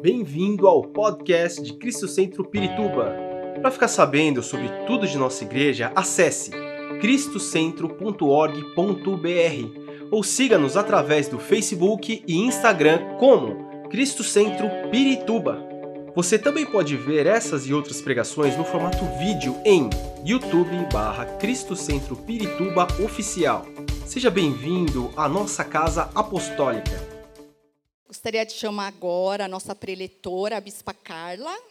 Bem-vindo ao podcast de Cristo Centro Pirituba. Para ficar sabendo sobre tudo de nossa igreja, acesse cristocentro.org.br ou siga-nos através do Facebook e Instagram como Cristo Centro Pirituba. Você também pode ver essas e outras pregações no formato vídeo em YouTube/Cristo Centro Pirituba Oficial. Seja bem-vindo à nossa casa apostólica. Gostaria de chamar agora a nossa preletora, a Bispa Carla. A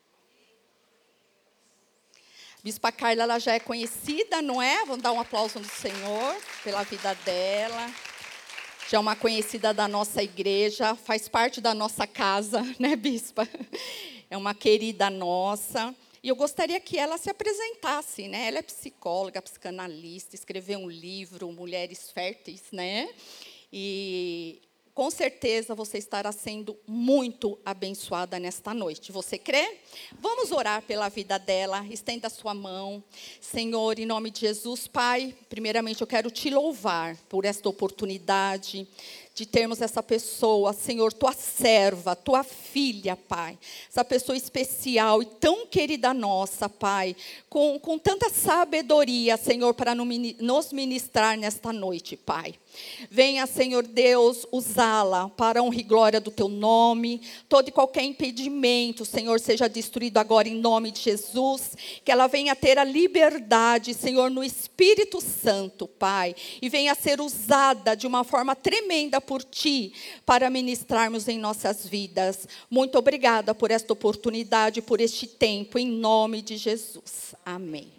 Bispa Carla, ela já é conhecida, não é? Vamos dar um aplauso no Senhor pela vida dela. Já é uma conhecida da nossa igreja, faz parte da nossa casa, né, Bispa? É uma querida nossa. E eu gostaria que ela se apresentasse, né? Ela é psicóloga, psicanalista, escreveu um livro, Mulheres Férteis, né? E com certeza você estará sendo muito abençoada nesta noite. Você crê? Vamos orar pela vida dela. Estenda a sua mão. Senhor, em nome de Jesus, Pai, primeiramente eu quero te louvar por esta oportunidade de termos essa pessoa, Senhor, tua serva, tua filha, Pai. Essa pessoa especial e tão querida nossa, Pai, com tanta sabedoria, Senhor, para nos ministrar nesta noite, Pai. Venha, Senhor Deus, usá-la para a honra e glória do teu nome. Todo e qualquer impedimento, Senhor, seja destruído agora em nome de Jesus. Que ela venha ter a liberdade, Senhor, no Espírito Santo, Pai. E venha ser usada de uma forma tremenda por Ti, para ministrarmos em nossas vidas. Muito obrigada por esta oportunidade, por este tempo, em nome de Jesus. Amém.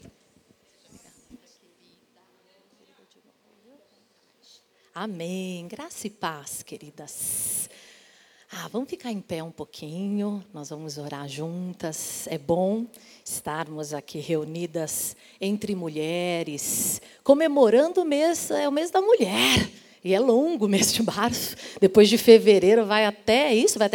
Amém. Graça e paz, queridas. Vamos ficar em pé um pouquinho, nós vamos orar juntas. É bom estarmos aqui reunidas entre mulheres, comemorando o mês, é o mês da mulher. E é longo o mês de março, depois de fevereiro vai até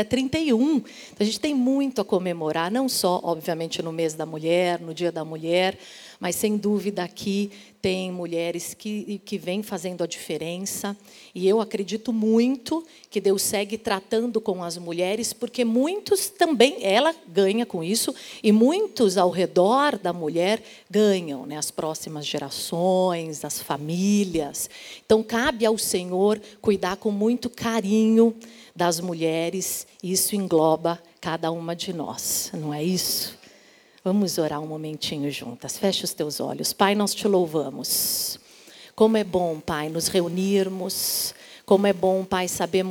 31. Então, a gente tem muito a comemorar, não só, obviamente, no mês da mulher, no dia da mulher, mas, sem dúvida, aqui tem mulheres que vêm fazendo a diferença. E eu acredito muito que Deus segue tratando com as mulheres, porque muitos também, ela ganha com isso, e muitos ao redor da mulher ganham, né? As próximas gerações, as famílias. Então, cabe ao Senhor cuidar com muito carinho das mulheres, e isso engloba cada uma de nós, não é isso? Vamos orar um momentinho juntas. Feche os teus olhos. Pai, nós te louvamos. Como é bom, Pai, nos reunirmos. Como é bom, Pai,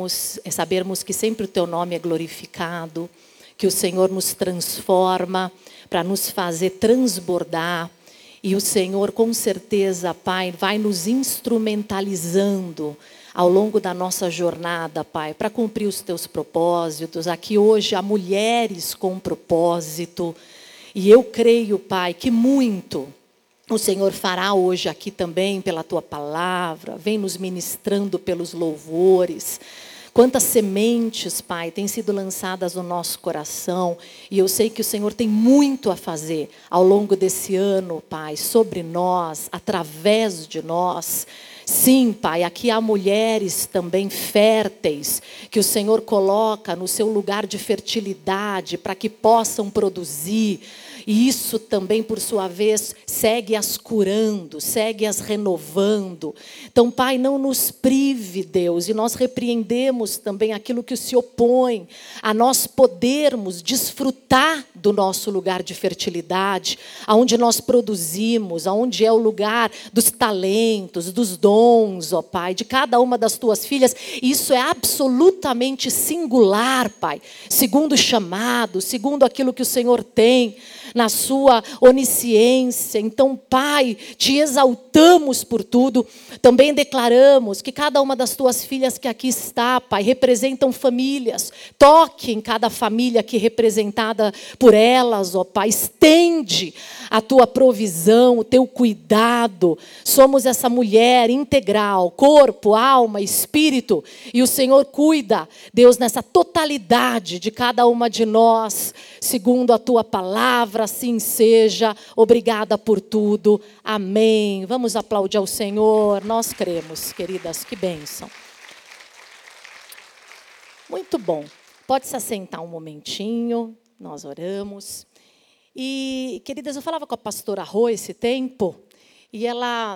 sabermos que sempre o teu nome é glorificado, que o Senhor nos transforma para nos fazer transbordar. E o Senhor, com certeza, Pai, vai nos instrumentalizando ao longo da nossa jornada, Pai, para cumprir os teus propósitos. Aqui hoje há mulheres com propósito. E eu creio, Pai, que muito o Senhor fará hoje aqui também pela Tua palavra. Vem nos ministrando pelos louvores. Quantas sementes, Pai, têm sido lançadas no nosso coração. E eu sei que o Senhor tem muito a fazer ao longo desse ano, Pai, sobre nós, através de nós. Sim, Pai, aqui há mulheres também férteis, que o Senhor coloca no seu lugar de fertilidade, para que possam produzir. E isso também, por sua vez, segue as curando, segue as renovando. Então, Pai, não nos prive, Deus, e nós repreendemos também aquilo que se opõe a nós podermos desfrutar do nosso lugar de fertilidade, aonde nós produzimos, aonde é o lugar dos talentos, dos dons, ó Pai, de cada uma das Tuas filhas. Isso é absolutamente singular, Pai, segundo o chamado, segundo aquilo que o Senhor tem na sua onisciência. Então, Pai, te exaltamos por tudo. Também declaramos que cada uma das Tuas filhas que aqui está, Pai, representam famílias. Toque em cada família aqui representada por elas, ó Pai. Estende a Tua provisão, o Teu cuidado. Somos essa mulher integral, corpo, alma, espírito. E o Senhor cuida, Deus, nessa totalidade de cada uma de nós, segundo a Tua palavra. Assim seja. Obrigada por tudo. Amém. Vamos aplaudir ao Senhor. Nós cremos, queridas. Que bênção. Muito bom. Pode se assentar um momentinho, nós oramos. E, queridas, eu falava com a pastora Rô esse tempo, e ela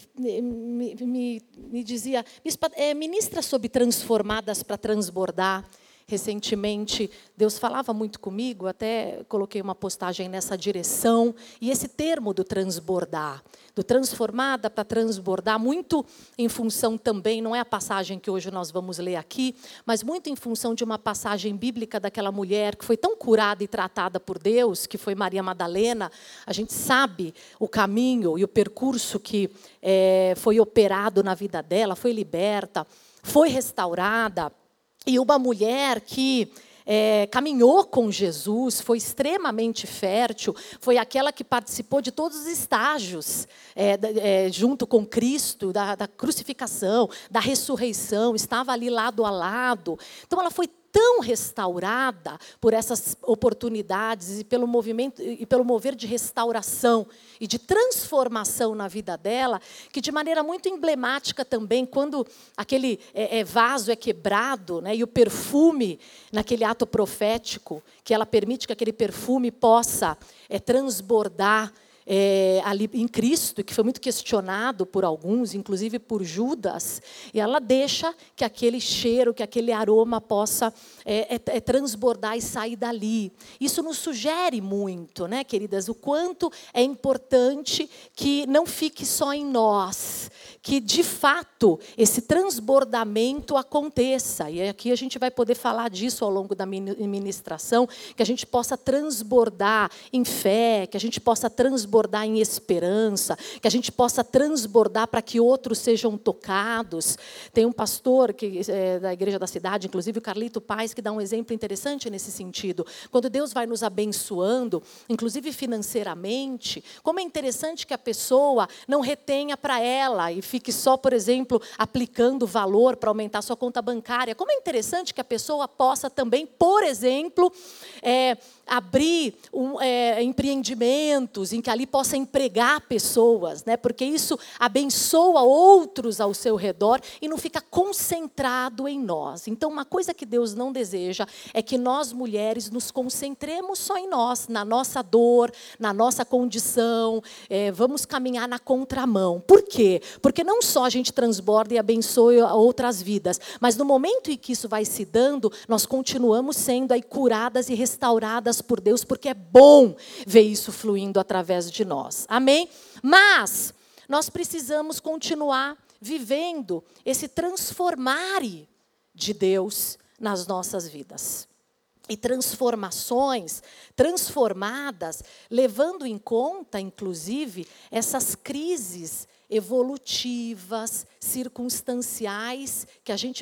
me dizia, ministra sobre transformadas para transbordar. Recentemente, Deus falava muito comigo, até coloquei uma postagem nessa direção, e esse termo do transbordar, do transformada para transbordar, muito em função também, não é a passagem que hoje nós vamos ler aqui, mas muito em função de uma passagem bíblica daquela mulher que foi tão curada e tratada por Deus, que foi Maria Madalena. A gente sabe o caminho e o percurso que foi operado na vida dela, foi liberta, foi restaurada. E uma mulher que caminhou com Jesus, foi extremamente fértil, foi aquela que participou de todos os estágios junto com Cristo, da crucificação, da ressurreição, estava ali lado a lado. Então, ela foi tão restaurada por essas oportunidades e pelo movimento e pelo mover de restauração e de transformação na vida dela, que de maneira muito emblemática também, quando aquele vaso é quebrado, né, e o perfume, naquele ato profético, que ela permite que aquele perfume possa transbordar ali em Cristo, que foi muito questionado por alguns, inclusive por Judas, e ela deixa que aquele cheiro, que aquele aroma possa transbordar e sair dali. Isso nos sugere muito, né, queridas, o quanto é importante que não fique só em nós, que de fato esse transbordamento aconteça. E aqui a gente vai poder falar disso ao longo da ministração, que a gente possa transbordar em fé, que a gente possa transbordar em esperança, que a gente possa transbordar para que outros sejam tocados. Tem um pastor da igreja da cidade, inclusive o Carlito Paz, que dá um exemplo interessante nesse sentido. Quando Deus vai nos abençoando, inclusive financeiramente, como é interessante que a pessoa não retenha para ela e fique só, por exemplo, aplicando valor para aumentar sua conta bancária. Como é interessante que a pessoa possa também, por exemplo, abrir empreendimentos em que ali possa empregar pessoas, né? Porque isso abençoa outros ao seu redor e não fica concentrado em nós. Então, uma coisa que Deus não deseja é que nós, mulheres, nos concentremos só em nós, na nossa dor, na nossa condição, vamos caminhar na contramão. Por quê? Porque não só a gente transborda e abençoa outras vidas, mas no momento em que isso vai se dando, nós continuamos sendo aí curadas e restauradas por Deus, porque é bom ver isso fluindo através de nós. Amém? Mas nós precisamos continuar vivendo esse transformar de Deus nas nossas vidas. E transformações, transformadas, levando em conta, inclusive, essas crises evolutivas, circunstanciais, que a gente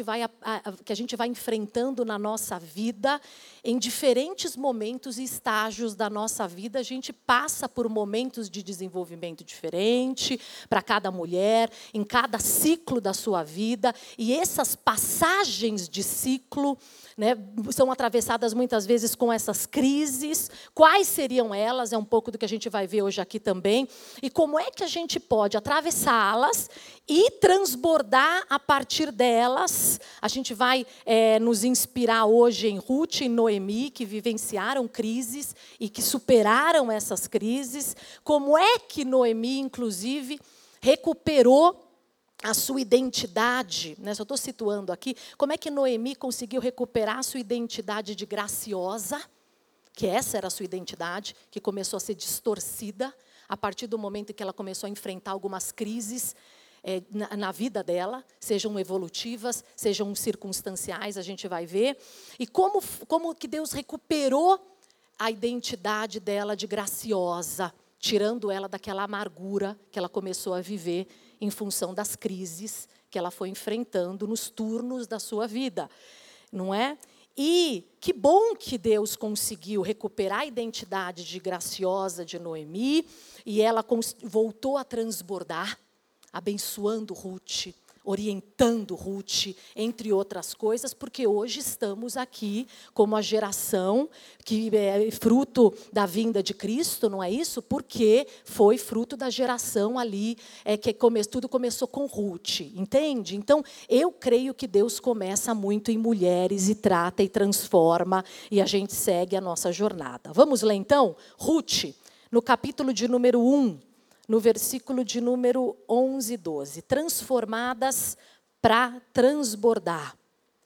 vai enfrentando na nossa vida, em diferentes momentos e estágios da nossa vida. A gente passa por momentos de desenvolvimento diferente para cada mulher, em cada ciclo da sua vida, e essas passagens de ciclo, né, são atravessadas muitas vezes com essas crises. Quais seriam elas? É um pouco do que a gente vai ver hoje aqui também. E como é que a gente pode atravessá-las e transbordar a partir delas? A gente vai nos inspirar hoje em Ruth e Noemi, que vivenciaram crises e que superaram essas crises. Como é que Noemi, inclusive, recuperou a sua identidade, né? Só estou situando aqui, como é que Noemi conseguiu recuperar a sua identidade de graciosa, que essa era a sua identidade, que começou a ser distorcida a partir do momento em que ela começou a enfrentar algumas crises na vida dela, sejam evolutivas, sejam circunstanciais, a gente vai ver. E como que Deus recuperou a identidade dela de graciosa, tirando ela daquela amargura que ela começou a viver em função das crises que ela foi enfrentando nos turnos da sua vida, não é? E que bom que Deus conseguiu recuperar a identidade de graciosa de Noemi, e ela voltou a transbordar, abençoando Ruth, orientando Ruth, entre outras coisas, porque hoje estamos aqui como a geração que é fruto da vinda de Cristo, não é isso? Porque foi fruto da geração ali, tudo começou com Ruth, entende? Então, eu creio que Deus começa muito em mulheres e trata e transforma, e a gente segue a nossa jornada. Vamos ler então? Ruth, no capítulo de número 1, no versículo de número 11 e 12. Transformadas para transbordar.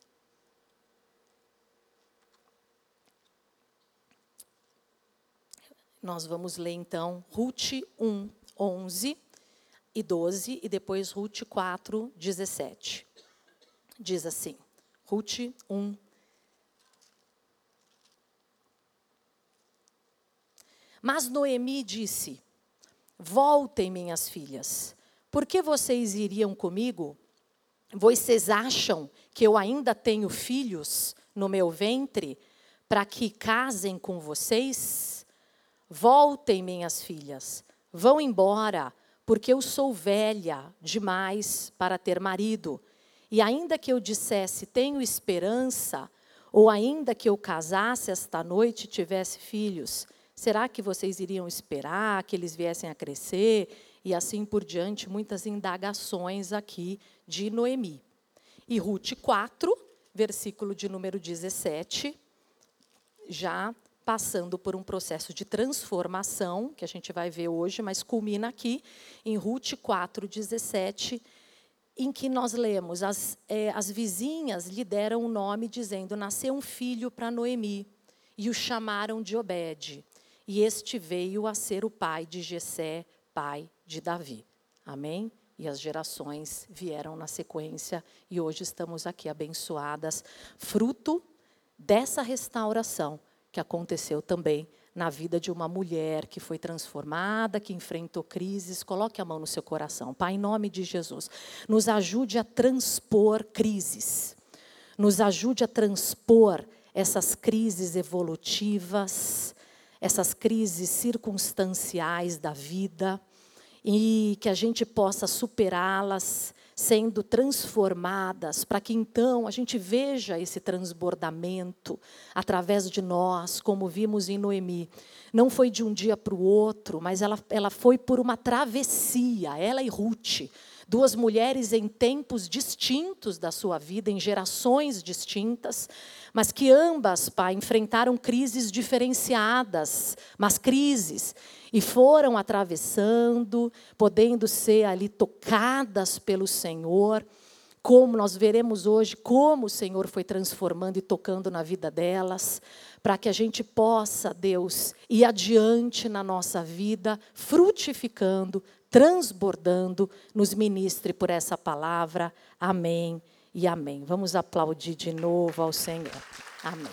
Nós vamos ler, então, Ruth 1, 11 e 12, e depois Ruth 4, 17. Diz assim, Ruth 1. Mas Noemi disse: voltem, minhas filhas, por que vocês iriam comigo? Vocês acham que eu ainda tenho filhos no meu ventre para que casem com vocês? Voltem, minhas filhas, vão embora, porque eu sou velha demais para ter marido. E ainda que eu dissesse, tenho esperança, ou ainda que eu casasse esta noite e tivesse filhos, será que vocês iriam esperar que eles viessem a crescer? E assim por diante, muitas indagações aqui de Noemi. E Ruth 4, versículo de número 17, já passando por um processo de transformação, que a gente vai ver hoje, mas culmina aqui, em Ruth 4, 17, em que nós lemos, as vizinhas lhe deram um nome dizendo, nasceu um filho para Noemi, e o chamaram de Obed. E este veio a ser o pai de Jessé, pai de Davi. Amém? E as gerações vieram na sequência, e hoje estamos aqui abençoadas, fruto dessa restauração que aconteceu também na vida de uma mulher que foi transformada, que enfrentou crises. Coloque a mão no seu coração. Pai, em nome de Jesus, nos ajude a transpor crises. Nos ajude a transpor essas crises evolutivas, essas crises circunstanciais da vida, e que a gente possa superá-las, sendo transformadas, para que então a gente veja esse transbordamento através de nós, como vimos em Noemi. Não foi de um dia para o outro, mas ela foi por uma travessia, ela e Ruth. Duas mulheres em tempos distintos da sua vida, em gerações distintas, mas que ambas, Pai, enfrentaram crises diferenciadas, mas crises, e foram atravessando, podendo ser ali tocadas pelo Senhor, como nós veremos hoje, como o Senhor foi transformando e tocando na vida delas, para que a gente possa, Deus, ir adiante na nossa vida, frutificando, transbordando, nos ministre por essa palavra. Amém e amém. Vamos aplaudir de novo ao Senhor. Amém.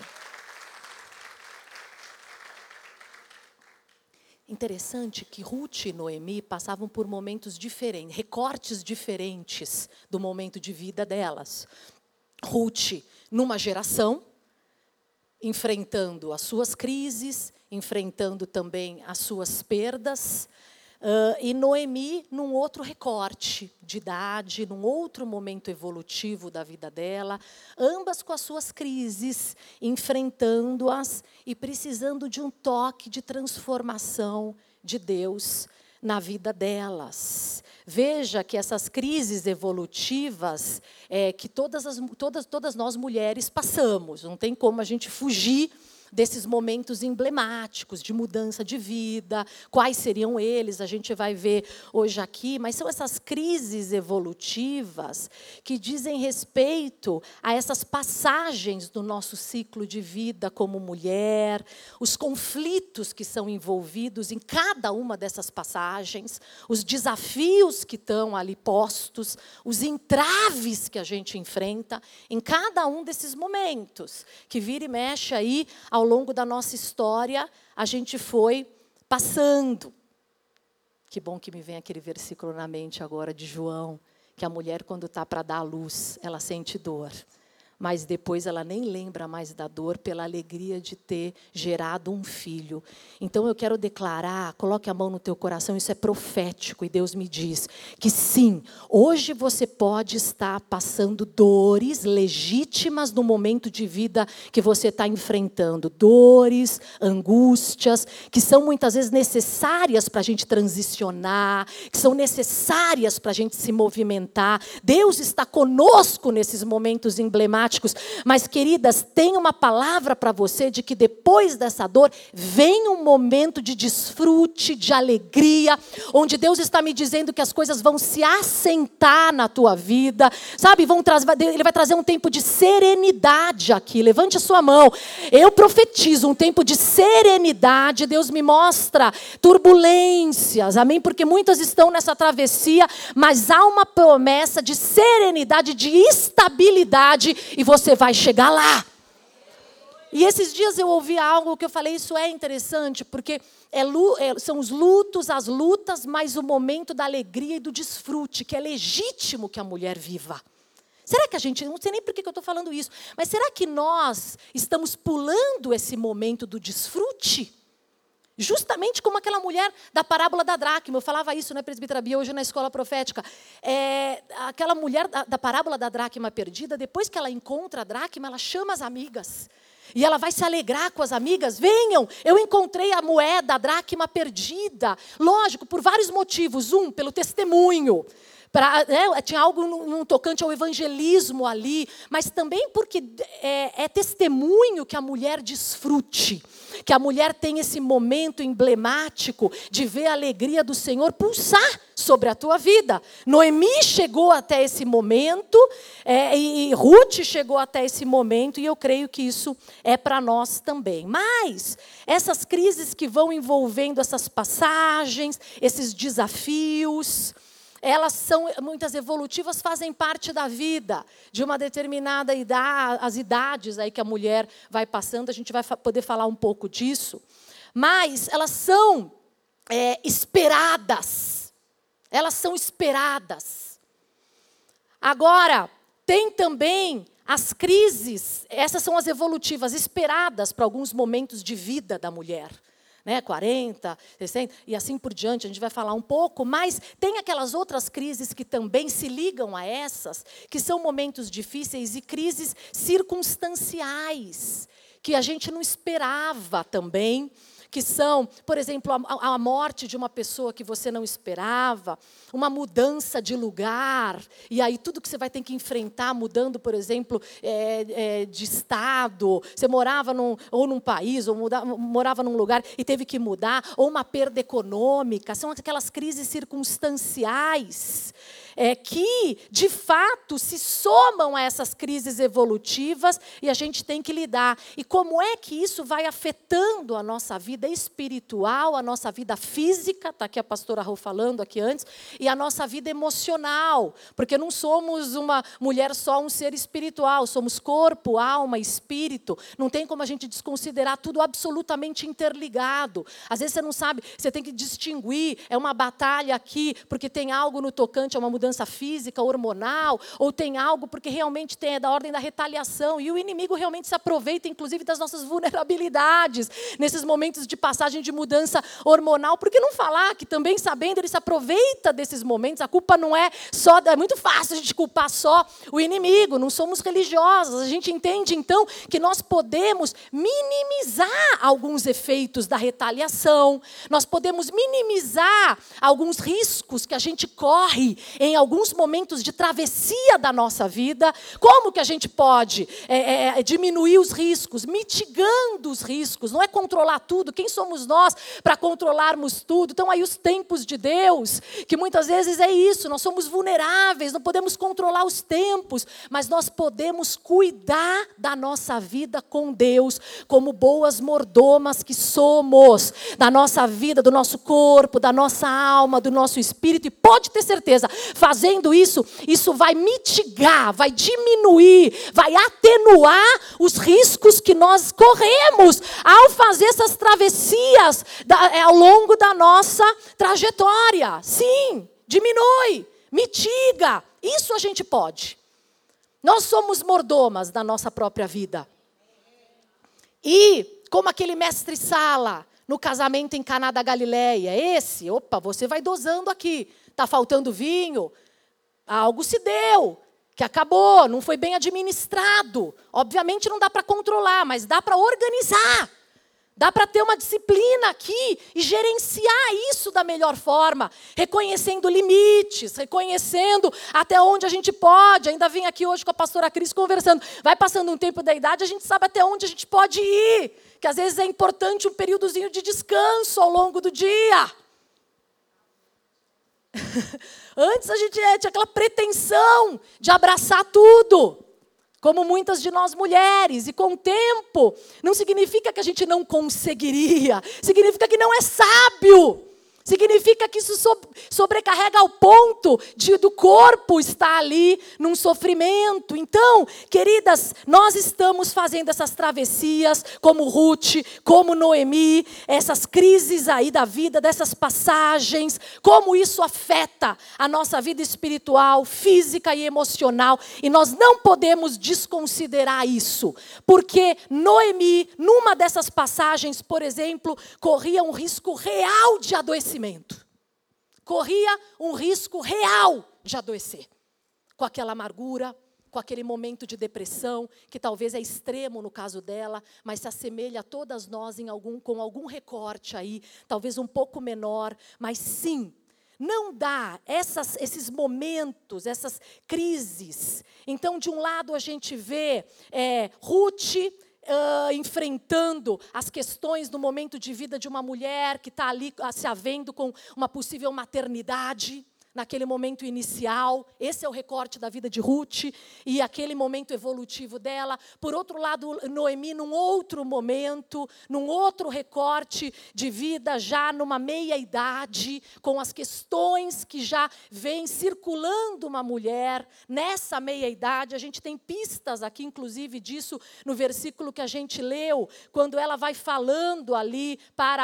Interessante que Ruth e Noemi passavam por momentos diferentes, recortes diferentes do momento de vida delas. Ruth, numa geração, enfrentando as suas crises, enfrentando também as suas perdas, e Noemi num outro recorte de idade, num outro momento evolutivo da vida dela, ambas com as suas crises, enfrentando-as e precisando de um toque de transformação de Deus na vida delas. Veja que essas crises evolutivas que todas nós mulheres passamos, não tem como a gente fugir desses momentos emblemáticos de mudança de vida. Quais seriam eles? A gente vai ver hoje aqui, mas são essas crises evolutivas que dizem respeito a essas passagens do nosso ciclo de vida como mulher, os conflitos que são envolvidos em cada uma dessas passagens, os desafios que estão ali postos, os entraves que a gente enfrenta em cada um desses momentos, que vira e mexe aí ao longo da nossa história, a gente foi passando. Que bom que me vem aquele versículo na mente agora de João, que a mulher, quando está para dar à luz, ela sente dor. mas depois ela nem lembra mais da dor pela alegria de ter gerado um filho. Então eu quero declarar, coloque a mão no teu coração, isso é profético, e Deus me diz que sim, hoje você pode estar passando dores legítimas no momento de vida que você está enfrentando, dores, angústias, que são muitas vezes necessárias para a gente transicionar, que são necessárias para a gente se movimentar. Deus está conosco nesses momentos emblemáticos. Mas, queridas, tem uma palavra para você de que depois dessa dor vem um momento de desfrute, de alegria, onde Deus está me dizendo que as coisas vão se assentar na tua vida, sabe? Ele vai trazer um tempo de serenidade aqui. Levante a sua mão. Eu profetizo um tempo de serenidade. Deus me mostra turbulências, amém? Porque muitas estão nessa travessia, mas há uma promessa de serenidade, de estabilidade, e você vai chegar lá. E esses dias eu ouvi algo que eu falei, isso é interessante, porque são os lutos, as lutas, mas o momento da alegria e do desfrute, que é legítimo que a mulher viva. Será que a gente, não sei nem por que eu estou falando isso, mas será que nós estamos pulando esse momento do desfrute? Justamente como aquela mulher da parábola da dracma. Eu falava isso, né, presbítera Bia, hoje na escola profética. Aquela mulher da parábola da dracma perdida, depois que ela encontra a dracma, ela chama as amigas. E ela vai se alegrar com as amigas. Venham, eu encontrei a moeda, a dracma perdida. Lógico, por vários motivos. Pelo testemunho. Tinha algo num tocante ao evangelismo ali, mas também porque é testemunho que a mulher desfrute, que a mulher tem esse momento emblemático de ver a alegria do Senhor pulsar sobre a tua vida. Noemi chegou até esse momento, e Ruth chegou até esse momento, e eu creio que isso é para nós também. Mas essas crises que vão envolvendo essas passagens, esses desafios, elas são, muitas evolutivas, fazem parte da vida, de uma determinada idade, as idades aí que a mulher vai passando, a gente vai poder falar um pouco disso, mas elas são esperadas, elas são esperadas. Agora, tem também as crises, essas são as evolutivas, esperadas para alguns momentos de vida da mulher. 40, 60, e assim por diante, a gente vai falar um pouco, mas tem aquelas outras crises que também se ligam a essas, que são momentos difíceis e crises circunstanciais, que a gente não esperava também, que são, por exemplo, a morte de uma pessoa que você não esperava, uma mudança de lugar, e aí tudo que você vai ter que enfrentar, mudando, por exemplo, de estado, você morava num país, ou morava num lugar e teve que mudar, ou uma perda econômica, são aquelas crises circunstanciais, que, de fato, se somam a essas crises evolutivas e a gente tem que lidar. E como é que isso vai afetando a nossa vida espiritual, a nossa vida física, está aqui a pastora Rô falando aqui antes, e a nossa vida emocional, porque não somos uma mulher só, um ser espiritual, somos corpo, alma, espírito, não tem como a gente desconsiderar tudo absolutamente interligado. Às vezes você não sabe, você tem que distinguir, é uma batalha aqui, porque tem algo no tocante a uma mudança física, hormonal, ou tem algo porque realmente é da ordem da retaliação, e o inimigo realmente se aproveita, inclusive, das nossas vulnerabilidades, nesses momentos de passagem de mudança hormonal. Por que não falar que também, sabendo, ele se aproveita desses momentos? A culpa não é só, é muito fácil a gente culpar só o inimigo, não somos religiosas, a gente entende, então, que nós podemos minimizar alguns efeitos da retaliação, nós podemos minimizar alguns riscos que a gente corre em alguns momentos de travessia da nossa vida. Como que a gente pode diminuir os riscos, mitigando os riscos? Não é controlar tudo. Quem somos nós para controlarmos tudo? Então, aí os tempos de Deus, que muitas vezes é isso, nós somos vulneráveis, não podemos controlar os tempos, mas nós podemos cuidar da nossa vida com Deus, como boas mordomas que somos, da nossa vida, do nosso corpo, da nossa alma, do nosso espírito, e pode ter certeza, fazendo isso, isso vai mitigar, vai diminuir, vai atenuar os riscos que nós corremos ao fazer essas travessias ao longo da nossa trajetória. Sim, diminui, mitiga, isso a gente pode. Nós somos mordomas da nossa própria vida. E, como aquele mestre Sala, no casamento em Caná da Galileia, você vai dosando aqui. Está faltando vinho? Algo se deu, que acabou, não foi bem administrado. Obviamente não dá para controlar, mas dá para organizar. Dá para ter uma disciplina aqui e gerenciar isso da melhor forma, reconhecendo limites, reconhecendo até onde a gente pode. Ainda vim aqui hoje com a pastora Cris conversando. Vai passando um tempo da idade, a gente sabe até onde a gente pode ir. Que às vezes é importante um períodozinho de descanso ao longo do dia. Antes a gente tinha aquela pretensão de abraçar tudo. Como muitas de nós mulheres, e com o tempo, não significa que a gente não conseguiria, significa que não é sábio, significa que isso sobrecarrega ao ponto do corpo estar ali num sofrimento. Então, queridas, nós estamos fazendo essas travessias, como Ruth, como Noemi, essas crises aí da vida, dessas passagens, como isso afeta a nossa vida espiritual, física e emocional. E nós não podemos desconsiderar isso, porque Noemi, numa dessas passagens, por exemplo, corria um risco real de adoecimento. Corria um risco real de adoecer. Com aquela amargura, com aquele momento de depressão, que talvez é extremo no caso dela, mas se assemelha a todas nós com algum recorte aí, talvez um pouco menor, mas sim, não dá esses momentos, essas crises. Então, de um lado a gente vê Ruth enfrentando as questões do momento de vida de uma mulher que está ali se havendo com uma possível maternidade, naquele momento inicial. Esse é o recorte da vida de Ruth e aquele momento evolutivo dela. Por outro lado, Noemi, num outro momento, num outro recorte de vida, já numa meia-idade, com as questões que já vêm circulando uma mulher. Nessa meia-idade, a gente tem pistas aqui, inclusive, disso no versículo que a gente leu, quando ela vai falando ali para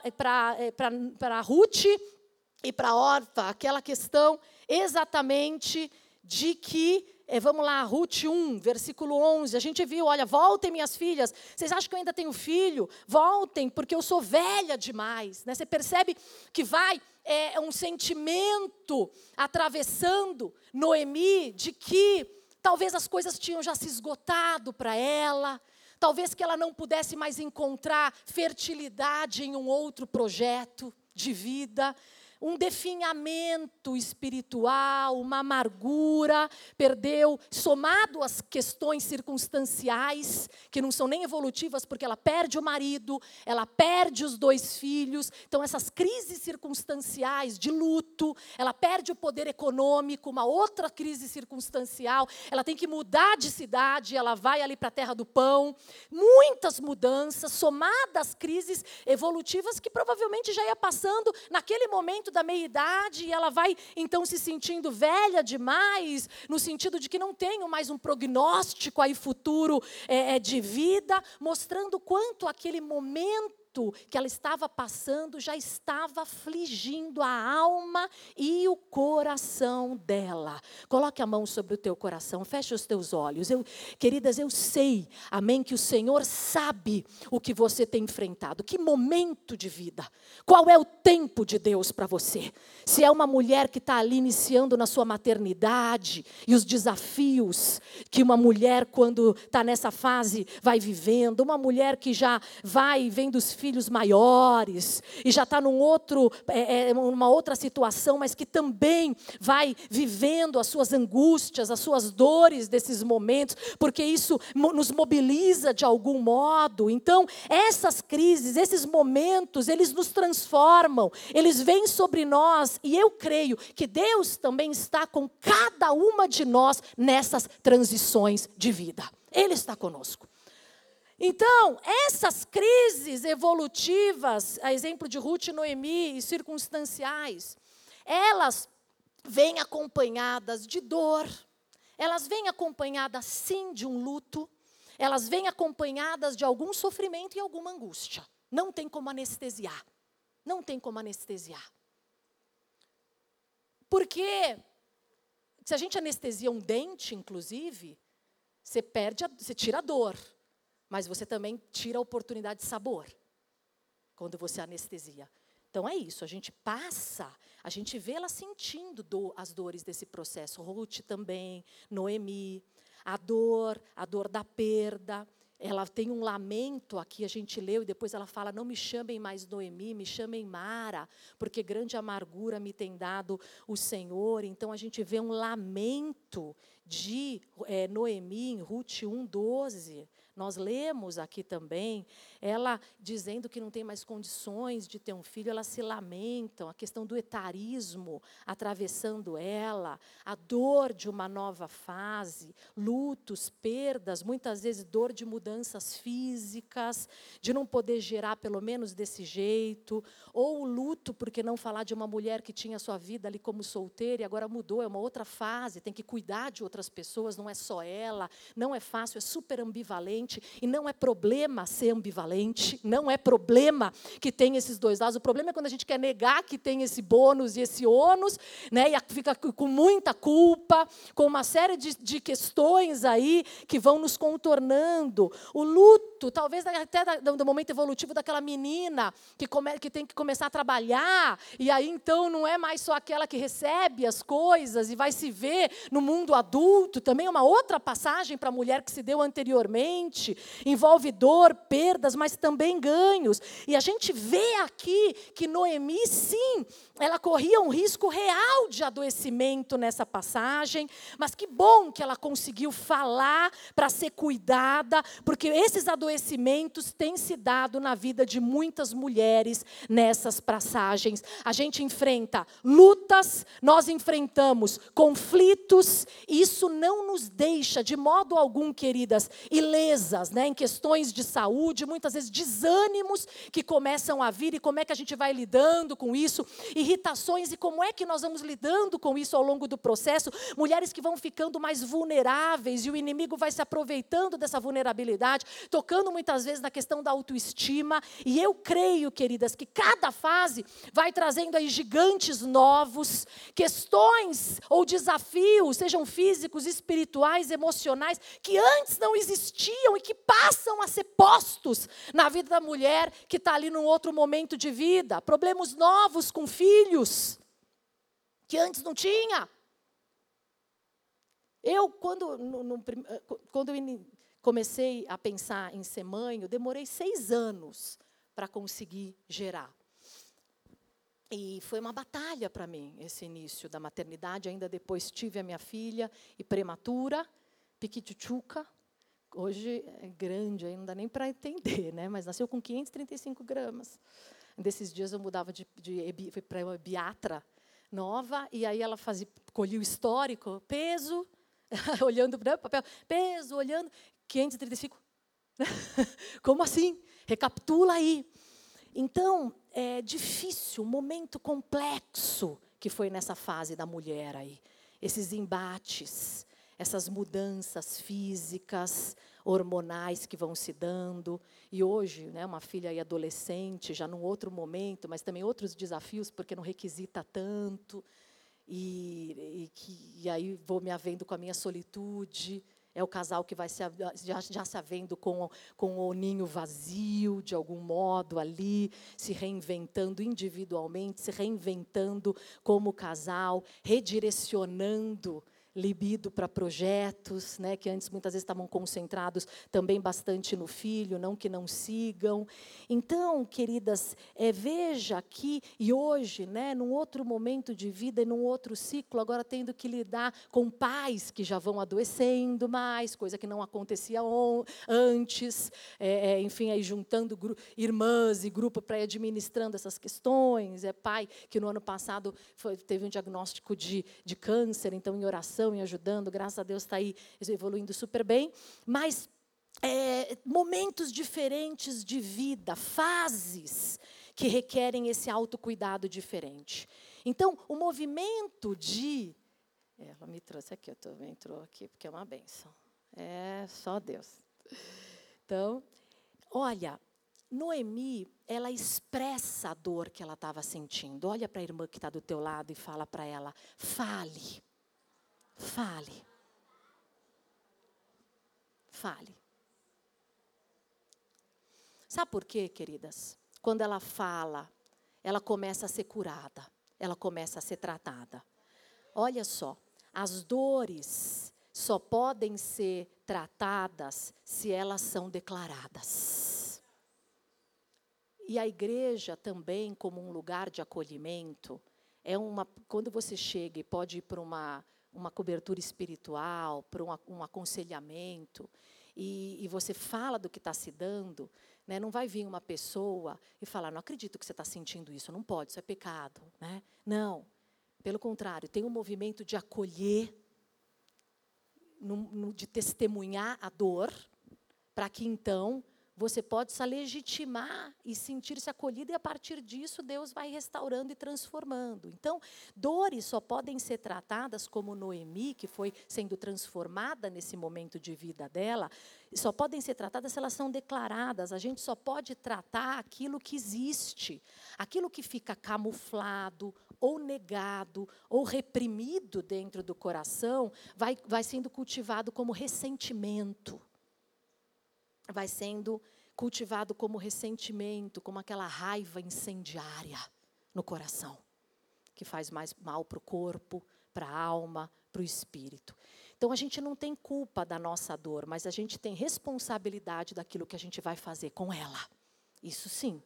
Ruth e para Orfa, aquela questão exatamente de que, vamos lá, Ruth 1, versículo 11, a gente viu, olha, voltem minhas filhas, vocês acham que eu ainda tenho filho? Voltem, porque eu sou velha demais. Né? Você percebe que vai um sentimento atravessando Noemi de que talvez as coisas tinham já se esgotado para ela, talvez que ela não pudesse mais encontrar fertilidade em um outro projeto de vida, um definhamento espiritual, uma amargura, perdeu, somado às questões circunstanciais, que não são nem evolutivas, porque ela perde o marido, ela perde os 2 filhos, então essas crises circunstanciais de luto, ela perde o poder econômico, uma outra crise circunstancial, ela tem que mudar de cidade, ela vai ali para a terra do pão, muitas mudanças, somadas às crises evolutivas que provavelmente já ia passando naquele momento da meia-idade, e ela vai, então, se sentindo velha demais, no sentido de que não tenho mais um prognóstico aí futuro de vida, mostrando quanto aquele momento que ela estava passando já estava afligindo a alma e o coração dela. Coloque a mão sobre o teu coração, feche os teus olhos. Queridas, eu sei, amém, que o Senhor sabe o que você tem enfrentado, que momento de vida, qual é o tempo de Deus para você. Se é uma mulher que está ali iniciando na sua maternidade e os desafios que uma mulher, quando está nessa fase, vai vivendo, uma mulher que já vai vendo os filhos maiores e já está numa outra situação, mas que também vai vivendo as suas angústias, as suas dores desses momentos, porque isso nos mobiliza de algum modo. Então, essas crises, esses momentos, eles nos transformam, eles vêm sobre nós, e eu creio que Deus também está com cada uma de nós nessas transições de vida. Ele está conosco. Então, essas crises evolutivas, a exemplo de Ruth e Noemi, e circunstanciais, elas vêm acompanhadas de dor, elas vêm acompanhadas, sim, de um luto, elas vêm acompanhadas de algum sofrimento e alguma angústia. Não tem como anestesiar. Não tem como anestesiar. Porque, se a gente anestesia um dente, inclusive, você tira a dor, mas você também tira a oportunidade de sabor, quando você anestesia. Então é isso, a gente passa, a gente vê ela sentindo as dores desse processo. Ruth também, Noemi, a dor da perda. Ela tem um lamento aqui, a gente leu, e depois ela fala, não me chamem mais Noemi, me chamem Mara, porque grande amargura me tem dado o Senhor. Então, a gente vê um lamento de Noemi em Ruth 1:12. Nós lemos aqui também, ela dizendo que não tem mais condições de ter um filho, ela se lamenta, a questão do etarismo atravessando ela, a dor de uma nova fase, lutos, perdas, muitas vezes dor de mudanças físicas, de não poder gerar pelo menos desse jeito, ou o luto, porque não falar de uma mulher que tinha sua vida ali como solteira e agora mudou, é uma outra fase, tem que cuidar de outras pessoas, não é só ela, não é fácil, é super ambivalente. E não é problema ser ambivalente, não é problema que tem esses dois lados. O problema é quando a gente quer negar que tem esse bônus e esse ônus, né, e fica com muita culpa, com uma série de questões aí que vão nos contornando. O luto, talvez até do momento evolutivo daquela menina que tem que começar a trabalhar, e aí então não é mais só aquela que recebe as coisas e vai se ver no mundo adulto. Também é uma outra passagem para a mulher que se deu anteriormente. Envolve dor, perdas, mas também ganhos. E a gente vê aqui que Noemi, sim, ela corria um risco real de adoecimento nessa passagem, mas que bom que ela conseguiu falar para ser cuidada, porque esses adoecimentos têm se dado na vida de muitas mulheres nessas passagens. A gente enfrenta lutas, nós enfrentamos conflitos, e isso não nos deixa de modo algum, queridas, ilesas, né, em questões de saúde, muitas vezes desânimos que começam a vir, e como é que a gente vai lidando com isso, irritações, e como é que nós vamos lidando com isso ao longo do processo, mulheres que vão ficando mais vulneráveis, e o inimigo vai se aproveitando dessa vulnerabilidade, tocando muitas vezes na questão da autoestima, e eu creio, queridas, que cada fase vai trazendo aí gigantes novos, questões ou desafios, sejam físicos, espirituais, emocionais, que antes não existiam e que passam a ser postos na vida da mulher que está ali num outro momento de vida. Problemas novos com filhos, que antes não tinha. Eu, quando eu comecei a pensar em ser mãe, eu demorei 6 anos para conseguir gerar. E foi uma batalha para mim, esse início da maternidade. Ainda depois tive a minha filha, e prematura, piquitichuca. Hoje é grande, aí não dá nem para entender, né? Mas nasceu com 535 gramas. Desses dias eu mudava fui para uma biatra nova, e aí ela colhia o histórico, peso, olhando para o papel, peso, olhando, 535. Como assim? Recapitula aí. Então, é difícil, um momento complexo que foi nessa fase da mulher aí. Esses embates, essas mudanças físicas, hormonais que vão se dando. E hoje, né, uma filha aí adolescente, já num outro momento, mas também outros desafios, porque não requisita tanto. E aí vou me havendo com a minha solitude. É o casal que vai já se havendo com o ninho vazio, de algum modo, ali, se reinventando individualmente, se reinventando como casal, redirecionando libido para projetos, né, que antes muitas vezes estavam concentrados também bastante no filho, não que não sigam. Então, queridas, veja aqui e hoje, né, num outro momento de vida e num outro ciclo, agora tendo que lidar com pais que já vão adoecendo mais, coisa que não acontecia antes, enfim, aí juntando irmãs e grupo para ir administrando essas questões. Pai que no ano passado teve um diagnóstico de câncer, então em oração, e ajudando, graças a Deus está aí evoluindo super bem, mas momentos diferentes de vida, fases que requerem esse autocuidado diferente. Então, o movimento ela me trouxe aqui, entrou aqui, porque é uma bênção. É só Deus. Então, olha, Noemi, ela expressa a dor que ela estava sentindo. Olha para a irmã que está do teu lado e fala para ela, fale. fale. Sabe por quê, queridas? Quando ela fala, ela começa a ser curada, ela começa a ser tratada. Olha só, as dores só podem ser tratadas se elas são declaradas. E a igreja também, como um lugar de acolhimento, quando você chega e pode ir para uma cobertura espiritual, para um aconselhamento, e você fala do que está se dando, né, não vai vir uma pessoa e falar, não acredito que você está sentindo isso, não pode, isso é pecado. Né? Não, pelo contrário, tem um movimento de acolher, de testemunhar a dor, para que então você possa legitimar e sentir-se acolhido, e a partir disso Deus vai restaurando e transformando. Então, dores só podem ser tratadas, como Noemi, que foi sendo transformada nesse momento de vida dela, só podem ser tratadas se elas são declaradas. A gente só pode tratar aquilo que existe. Aquilo que fica camuflado, ou negado, ou reprimido dentro do coração, vai sendo cultivado como ressentimento. Vai sendo cultivado como ressentimento, como aquela raiva incendiária no coração, que faz mais mal para o corpo, para a alma, para o espírito. Então, a gente não tem culpa da nossa dor, mas a gente tem responsabilidade daquilo que a gente vai fazer com ela. Isso sim.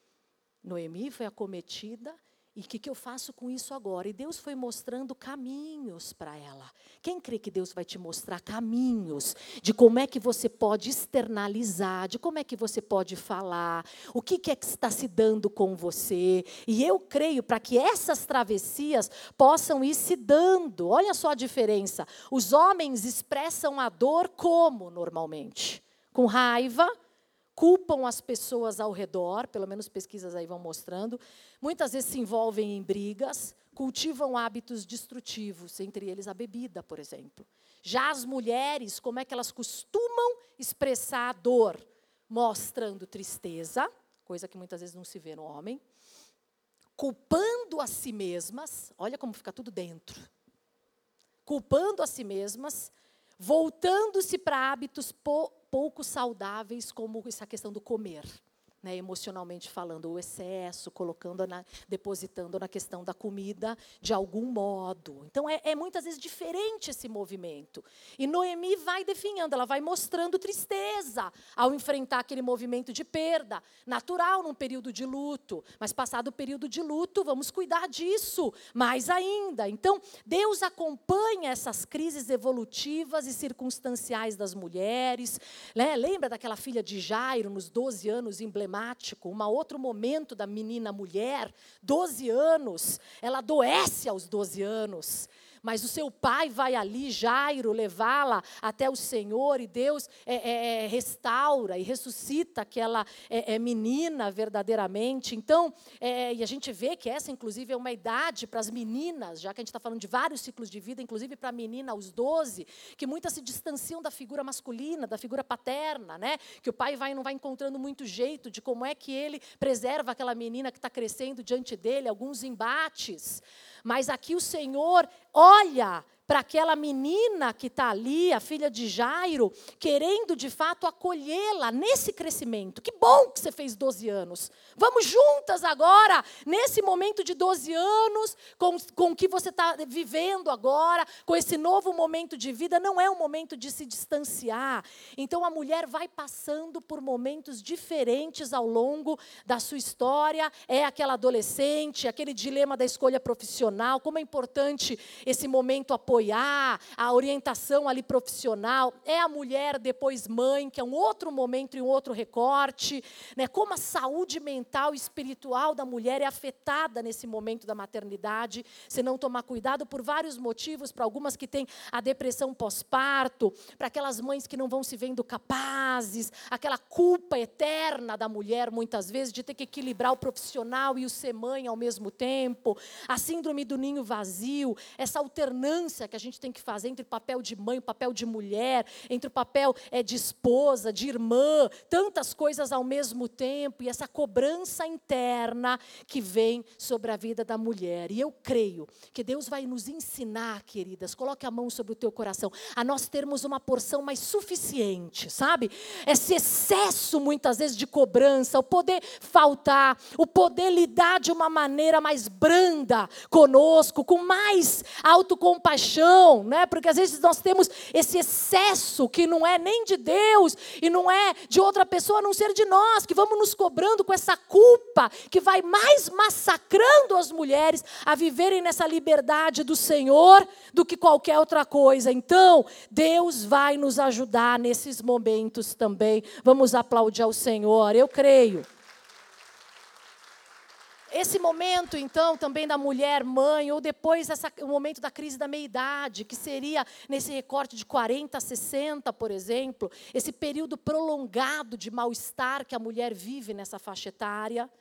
Noemi foi acometida. E o que eu faço com isso agora? E Deus foi mostrando caminhos para ela. Quem crê que Deus vai te mostrar caminhos de como é que você pode externalizar, de como é que você pode falar, o que é que está se dando com você. E eu creio para que essas travessias possam ir se dando. Olha só a diferença. Os homens expressam a dor como normalmente? Com raiva, culpam as pessoas ao redor, pelo menos pesquisas aí vão mostrando, muitas vezes se envolvem em brigas, cultivam hábitos destrutivos, entre eles a bebida, por exemplo. Já as mulheres, como é que elas costumam expressar a dor? Mostrando tristeza, coisa que muitas vezes não se vê no homem, culpando a si mesmas, olha como fica tudo dentro, culpando a si mesmas, voltando-se para hábitos pouco saudáveis, como essa questão do comer, né, emocionalmente falando, o excesso, depositando na questão da comida de algum modo. Então, é muitas vezes diferente esse movimento. E Noemi vai definhando, ela vai mostrando tristeza ao enfrentar aquele movimento de perda, natural num período de luto, mas passado o período de luto, vamos cuidar disso mais ainda. Então, Deus acompanha essas crises evolutivas e circunstanciais das mulheres. Né? Lembra daquela filha de Jairo, nos 12 anos, emblemático, um outro momento da menina mulher, 12 anos, ela adoece aos 12 anos, mas o seu pai vai ali, Jairo, levá-la até o Senhor, e Deus restaura e ressuscita aquela menina verdadeiramente. Então, e a gente vê que essa, inclusive, é uma idade para as meninas, já que a gente está falando de vários ciclos de vida, inclusive para a menina aos 12, que muitas se distanciam da figura masculina, da figura paterna, né? Que o pai não vai encontrando muito jeito de como é que ele preserva aquela menina que está crescendo diante dele, alguns embates. Mas aqui o Senhor olha para aquela menina que está ali, a filha de Jairo, querendo de fato acolhê-la nesse crescimento. Que bom que você fez 12 anos. Vamos juntas agora, nesse momento de 12 anos, com o que você está vivendo agora, com esse novo momento de vida. Não é um momento de se distanciar. Então a mulher vai passando por momentos diferentes ao longo da sua história. É aquela adolescente, aquele dilema da escolha profissional, como é importante esse momento apoiar, a orientação ali profissional, é a mulher depois mãe, que é um outro momento e um outro recorte, né? Como a saúde mental e espiritual da mulher é afetada nesse momento da maternidade, se não tomar cuidado por vários motivos, para algumas que têm a depressão pós-parto, para aquelas mães que não vão se vendo capazes, aquela culpa eterna da mulher, muitas vezes, de ter que equilibrar o profissional e o ser mãe ao mesmo tempo, a síndrome do ninho vazio, essa alternância que a gente tem que fazer entre o papel de mãe, o papel de mulher, entre o papel de esposa, de irmã, tantas coisas ao mesmo tempo, e essa cobrança interna que vem sobre a vida da mulher. E eu creio que Deus vai nos ensinar, queridas, coloque a mão sobre o teu coração, a nós termos uma porção mais suficiente, sabe? Esse excesso, muitas vezes, de cobrança, o poder faltar, o poder lidar de uma maneira mais branda conosco, com mais autocompaixão, né? Porque às vezes nós temos esse excesso que não é nem de Deus e não é de outra pessoa a não ser de nós, que vamos nos cobrando com essa culpa que vai mais massacrando as mulheres a viverem nessa liberdade do Senhor do que qualquer outra coisa. Então, Deus vai nos ajudar nesses momentos também. Vamos aplaudir ao Senhor, eu creio. Esse momento, então, também da mulher mãe, ou depois o momento da crise da meia-idade, que seria nesse recorte de 40 a 60, por exemplo, esse período prolongado de mal-estar que a mulher vive nessa faixa etária.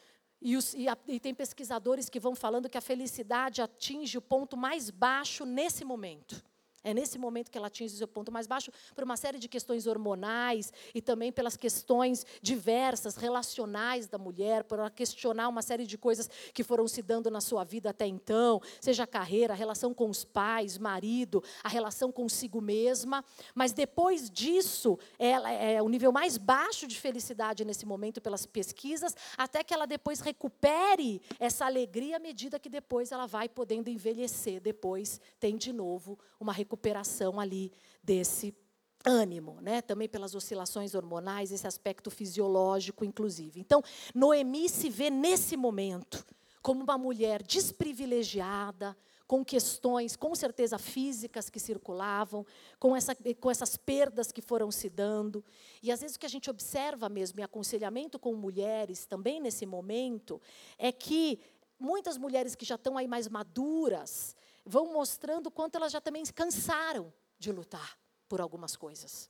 E tem pesquisadores que vão falando que a felicidade atinge o ponto mais baixo nesse momento. É nesse momento que ela atinge o seu ponto mais baixo, por uma série de questões hormonais e também pelas questões diversas, relacionais da mulher, por ela questionar uma série de coisas que foram se dando na sua vida até então, seja a carreira, a relação com os pais, marido, a relação consigo mesma. Mas depois disso, ela é o nível mais baixo de felicidade nesse momento pelas pesquisas, até que ela depois recupere essa alegria à medida que depois ela vai podendo envelhecer. Depois tem de novo uma recuperação ali desse ânimo, né? Também pelas oscilações hormonais, esse aspecto fisiológico, inclusive. Então, Noemi se vê nesse momento como uma mulher desprivilegiada, com questões, com certeza, físicas que circulavam, com essas perdas que foram se dando. E, às vezes, o que a gente observa mesmo em aconselhamento com mulheres, também nesse momento, é que muitas mulheres que já estão aí mais maduras vão mostrando o quanto elas já também se cansaram de lutar por algumas coisas.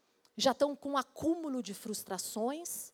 Já estão com um acúmulo de frustrações,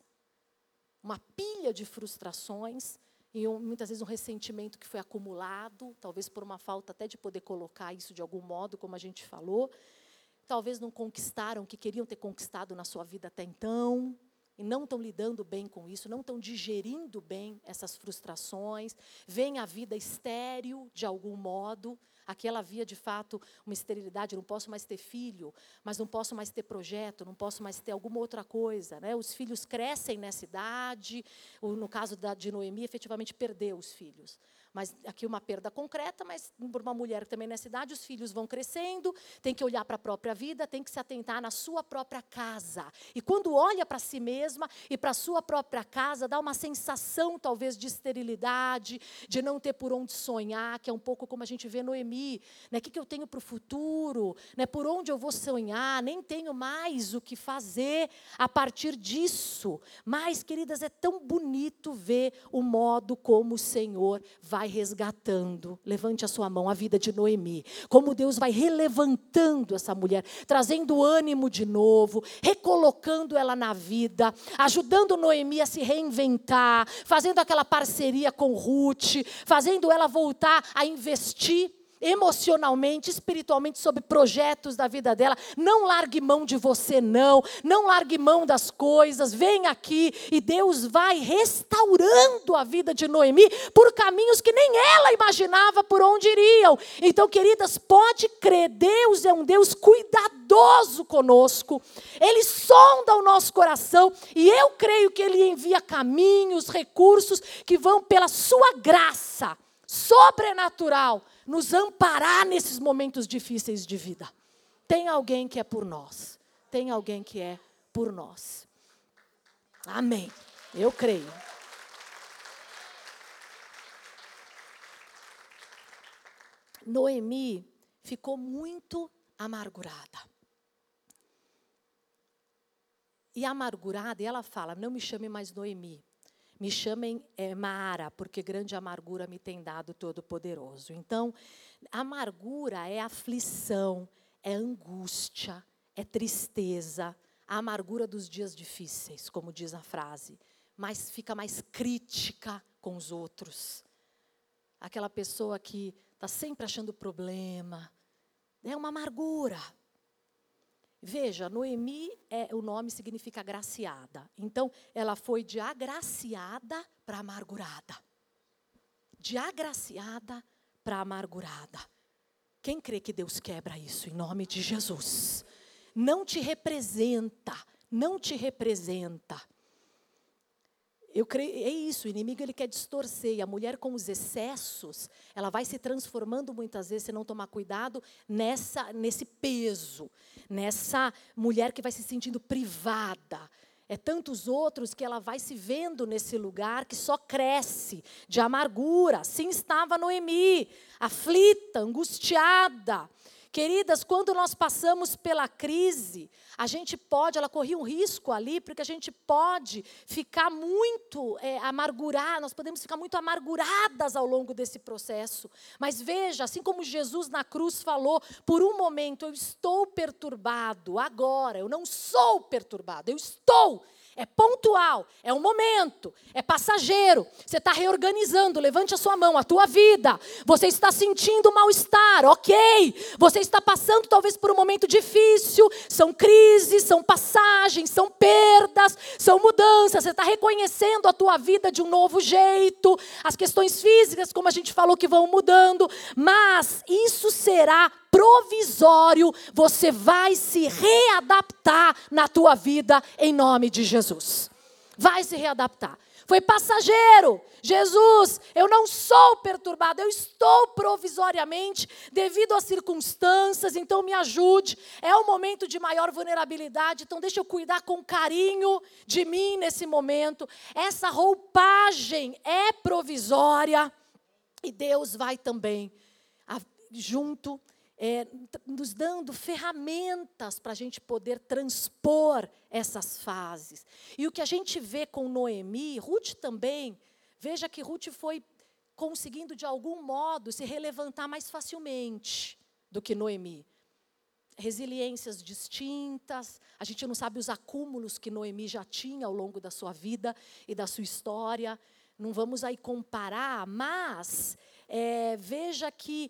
uma pilha de frustrações, e muitas vezes um ressentimento que foi acumulado, talvez por uma falta até de poder colocar isso de algum modo, como a gente falou. Talvez não conquistaram o que queriam ter conquistado na sua vida até então, e não estão lidando bem com isso, não estão digerindo bem essas frustrações, veem a vida estéril de algum modo. Aqui ela via, de fato, uma esterilidade, não posso mais ter filho, mas não posso mais ter projeto, não posso mais ter alguma outra coisa, né? Os filhos crescem nessa idade, no caso de Noemi, efetivamente perdeu os filhos. Mas aqui uma perda concreta, mas por uma mulher também nessa idade, os filhos vão crescendo, tem que olhar para a própria vida, tem que se atentar na sua própria casa. E quando olha para si mesma e para a sua própria casa, dá uma sensação talvez de esterilidade, de não ter por onde sonhar, que é um pouco como a gente vê Noemi, né? O que eu tenho para o futuro? Né? Por onde eu vou sonhar? Nem tenho mais o que fazer a partir disso. Mas, queridas, é tão bonito ver o modo como o Senhor vai resgatando, levante a sua mão, a vida de Noemi, como Deus vai relevantando essa mulher, trazendo ânimo de novo, recolocando ela na vida, ajudando Noemi a se reinventar, fazendo aquela parceria com Ruth, fazendo ela voltar a investir emocionalmente, espiritualmente, sobre projetos da vida dela. Não largue mão de você, não largue mão das coisas, vem aqui e Deus vai restaurando a vida de Noemi por caminhos que nem ela imaginava por onde iriam. Então, queridas, pode crer, Deus é um Deus cuidadoso conosco, Ele sonda o nosso coração e eu creio que Ele envia caminhos, recursos que vão pela sua graça sobrenatural nos amparar nesses momentos difíceis de vida. Tem alguém que é por nós. Tem alguém que é por nós. Amém. Eu creio. Noemi ficou muito amargurada. E amargurada, e ela fala, não me chame mais Noemi. Me chamem Mara, porque grande amargura me tem dado Todo-Poderoso. Então, amargura é aflição, é angústia, é tristeza, a amargura dos dias difíceis, como diz a frase. Mas fica mais crítica com os outros. Aquela pessoa que está sempre achando problema, É uma amargura. Veja, Noemi, o nome significa agraciada. Então, ela foi de agraciada para amargurada. De agraciada para amargurada. Quem crê que Deus quebra isso em nome de Jesus? Não te representa, não te representa. Eu creio, é isso, o inimigo ele quer distorcer. E a mulher com os excessos, ela vai se transformando muitas vezes, se não tomar cuidado, nesse peso. Nessa mulher que vai se sentindo privada. É tantos outros que ela vai se vendo nesse lugar que só cresce de amargura. Assim estava Noemi, aflita, angustiada. Queridas, quando nós passamos pela crise, a gente pode, ela corria um risco ali, porque a gente pode ficar muito amargurada, nós podemos ficar muito amarguradas ao longo desse processo. Mas veja, assim como Jesus na cruz falou, por um momento eu estou perturbado, agora eu não sou perturbado, eu estou. É pontual, é um momento, é passageiro. Você está reorganizando, levante a sua mão, a tua vida. Você está sentindo mal-estar, ok. Você está passando talvez por um momento difícil. São crises, são passagens, são perdas, são mudanças. Você está reconhecendo a tua vida de um novo jeito. As questões físicas, como a gente falou, que vão mudando. Mas isso será provisório, você vai se readaptar na tua vida em nome de Jesus. Vai se readaptar. Foi passageiro. Jesus, eu não sou perturbado, eu estou provisoriamente devido às circunstâncias, então me ajude. É um momento de maior vulnerabilidade, então deixa eu cuidar com carinho de mim nesse momento. Essa roupagem é provisória e Deus vai também junto nos dando ferramentas para a gente poder transpor essas fases. E o que a gente vê com Noemi, Ruth também, veja que Ruth foi conseguindo de algum modo se relevantar mais facilmente do que Noemi. Resiliências distintas, a gente não sabe os acúmulos que Noemi já tinha ao longo da sua vida e da sua história, não vamos aí comparar, mas veja que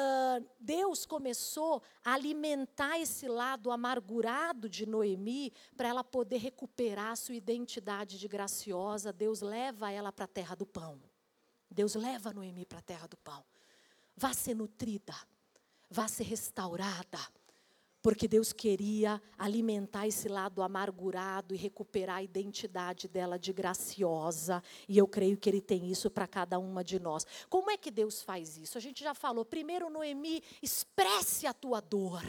Deus começou a alimentar esse lado amargurado de Noemi para ela poder recuperar a sua identidade de graciosa. Deus leva ela para a terra do pão. Deus leva Noemi para a terra do pão. Vá ser nutrida, vá ser restaurada, porque Deus queria alimentar esse lado amargurado e recuperar a identidade dela de graciosa. E eu creio que Ele tem isso para cada uma de nós. Como é que Deus faz isso? A gente já falou. Primeiro, Noemi, expresse a tua dor.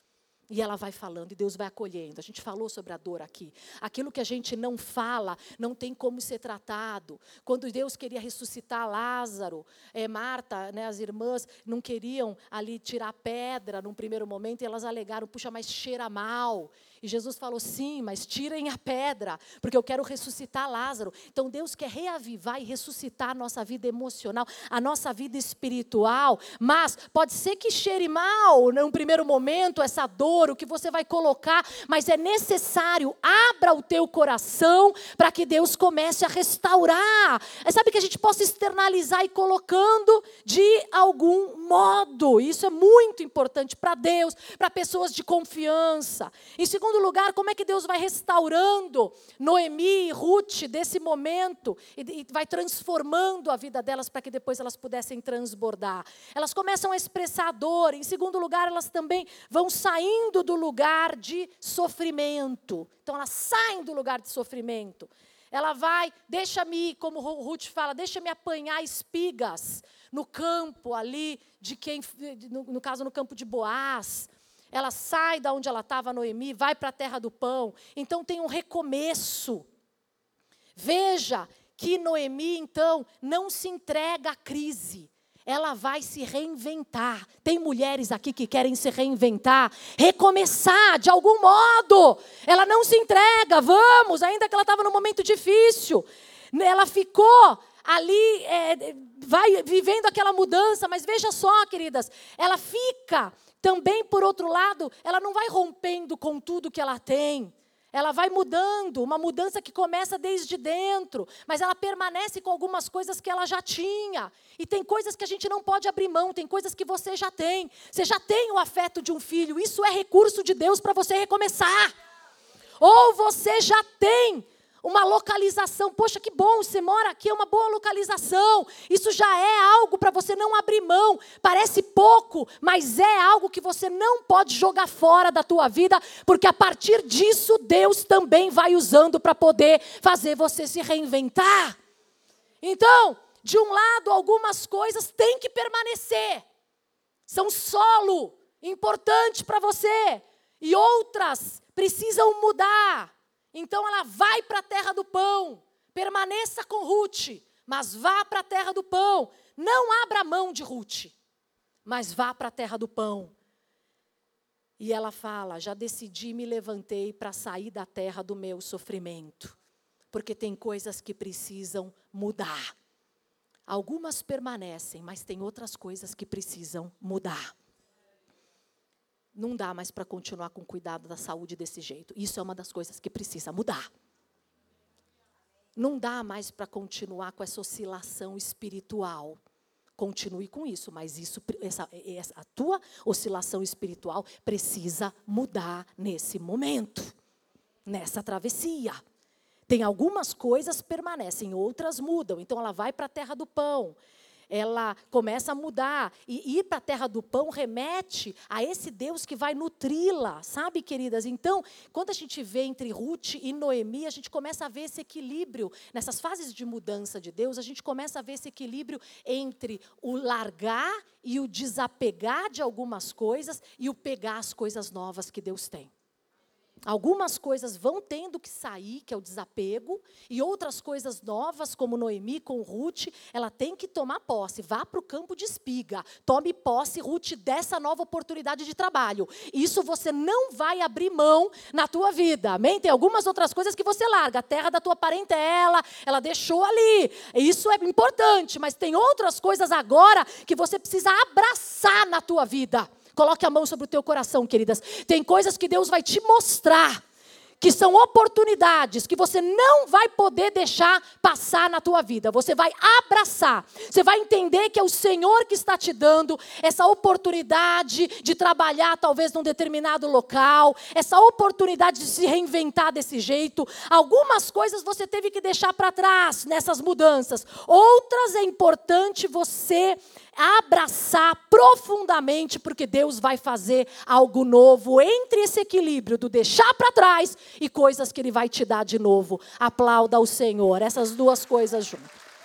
E ela vai falando e Deus vai acolhendo. A gente falou sobre a dor aqui. Aquilo que a gente não fala, não tem como ser tratado. Quando Deus queria ressuscitar Lázaro, Marta, as irmãs, não queriam ali tirar pedra num primeiro momento, e elas alegaram, puxa, mas cheira mal. E Jesus falou, sim, mas tirem a pedra, porque eu quero ressuscitar Lázaro. Então Deus quer reavivar e ressuscitar a nossa vida emocional, a nossa vida espiritual. Mas pode ser que cheire mal num primeiro momento essa dor, o que você vai colocar, mas é necessário, abra o teu coração para que Deus comece a restaurar. Sabe, que a gente possa externalizar e colocando de algum modo. Isso é muito importante para Deus, para pessoas de confiança. Em segundo lugar, como é que Deus vai restaurando Noemi e Ruth desse momento e vai transformando a vida delas para que depois elas pudessem transbordar. Elas começam a expressar a dor. Em segundo lugar, elas também vão saindo do lugar de sofrimento. Então, elas saem do lugar de sofrimento. Ela vai, deixa-me, como Ruth fala, deixa-me apanhar espigas no campo ali, no caso, no campo de Boaz. Ela sai da onde ela estava, Noemi, vai para a terra do pão. Então tem um recomeço. Veja que Noemi, então, não se entrega à crise. Ela vai se reinventar. Tem mulheres aqui que querem se reinventar, recomeçar de algum modo. Ela não se entrega, vamos, ainda que ela estava num momento difícil. Ela ficou ali, vai vivendo aquela mudança, mas veja só, queridas, ela fica também, por outro lado, ela não vai rompendo com tudo que ela tem. Ela vai mudando, uma mudança que começa desde dentro, mas ela permanece com algumas coisas que ela já tinha. E tem coisas que a gente não pode abrir mão, tem coisas que você já tem. Você já tem o afeto de um filho, isso é recurso de Deus para você recomeçar. Ou você já tem uma localização, poxa, que bom, você mora aqui, é uma boa localização. Isso já é algo para você não abrir mão. Parece pouco, mas é algo que você não pode jogar fora da tua vida, porque a partir disso, Deus também vai usando para poder fazer você se reinventar. Então, de um lado, algumas coisas têm que permanecer. São solo importante para você. E outras precisam mudar. Então ela vai para a terra do pão, permaneça com Ruth, mas vá para a terra do pão. Não abra mão de Ruth, mas vá para a terra do pão. E ela fala, já decidi e me levantei para sair da terra do meu sofrimento, porque tem coisas que precisam mudar. Algumas permanecem, mas tem outras coisas que precisam mudar. Não dá mais para continuar com o cuidado da saúde desse jeito. Isso é uma das coisas que precisa mudar. Não dá mais para continuar com essa oscilação espiritual. Continue com isso, mas a tua oscilação espiritual precisa mudar nesse momento, nessa travessia. Tem algumas coisas que permanecem, outras mudam. Então ela vai para a terra do pão. Ela começa a mudar, e ir para a terra do pão remete a esse Deus que vai nutri-la, sabe, queridas? Então, quando a gente vê entre Ruth e Noemi, a gente começa a ver esse equilíbrio, nessas fases de mudança de Deus, a gente começa a ver esse equilíbrio entre o largar e o desapegar de algumas coisas e o pegar as coisas novas que Deus tem. Algumas coisas vão tendo que sair, que é o desapego, e outras coisas novas, como Noemi com Ruth, ela tem que tomar posse. Vá para o campo de espiga, tome posse, Ruth, dessa nova oportunidade de trabalho. Isso você não vai abrir mão na tua vida, amém? Tem algumas outras coisas que você larga, a terra da tua parentela, ela deixou ali. Isso é importante, mas tem outras coisas agora que você precisa abraçar na tua vida. Coloque a mão sobre o teu coração, queridas. Tem coisas que Deus vai te mostrar, que são oportunidades que você não vai poder deixar passar na tua vida. Você vai abraçar. Você vai entender que é o Senhor que está te dando essa oportunidade de trabalhar talvez num determinado local, essa oportunidade de se reinventar desse jeito. Algumas coisas você teve que deixar para trás nessas mudanças. Outras é importante você abraçar profundamente, porque Deus vai fazer algo novo entre esse equilíbrio do deixar para trás e coisas que Ele vai te dar de novo. Aplauda o Senhor, essas duas coisas juntas.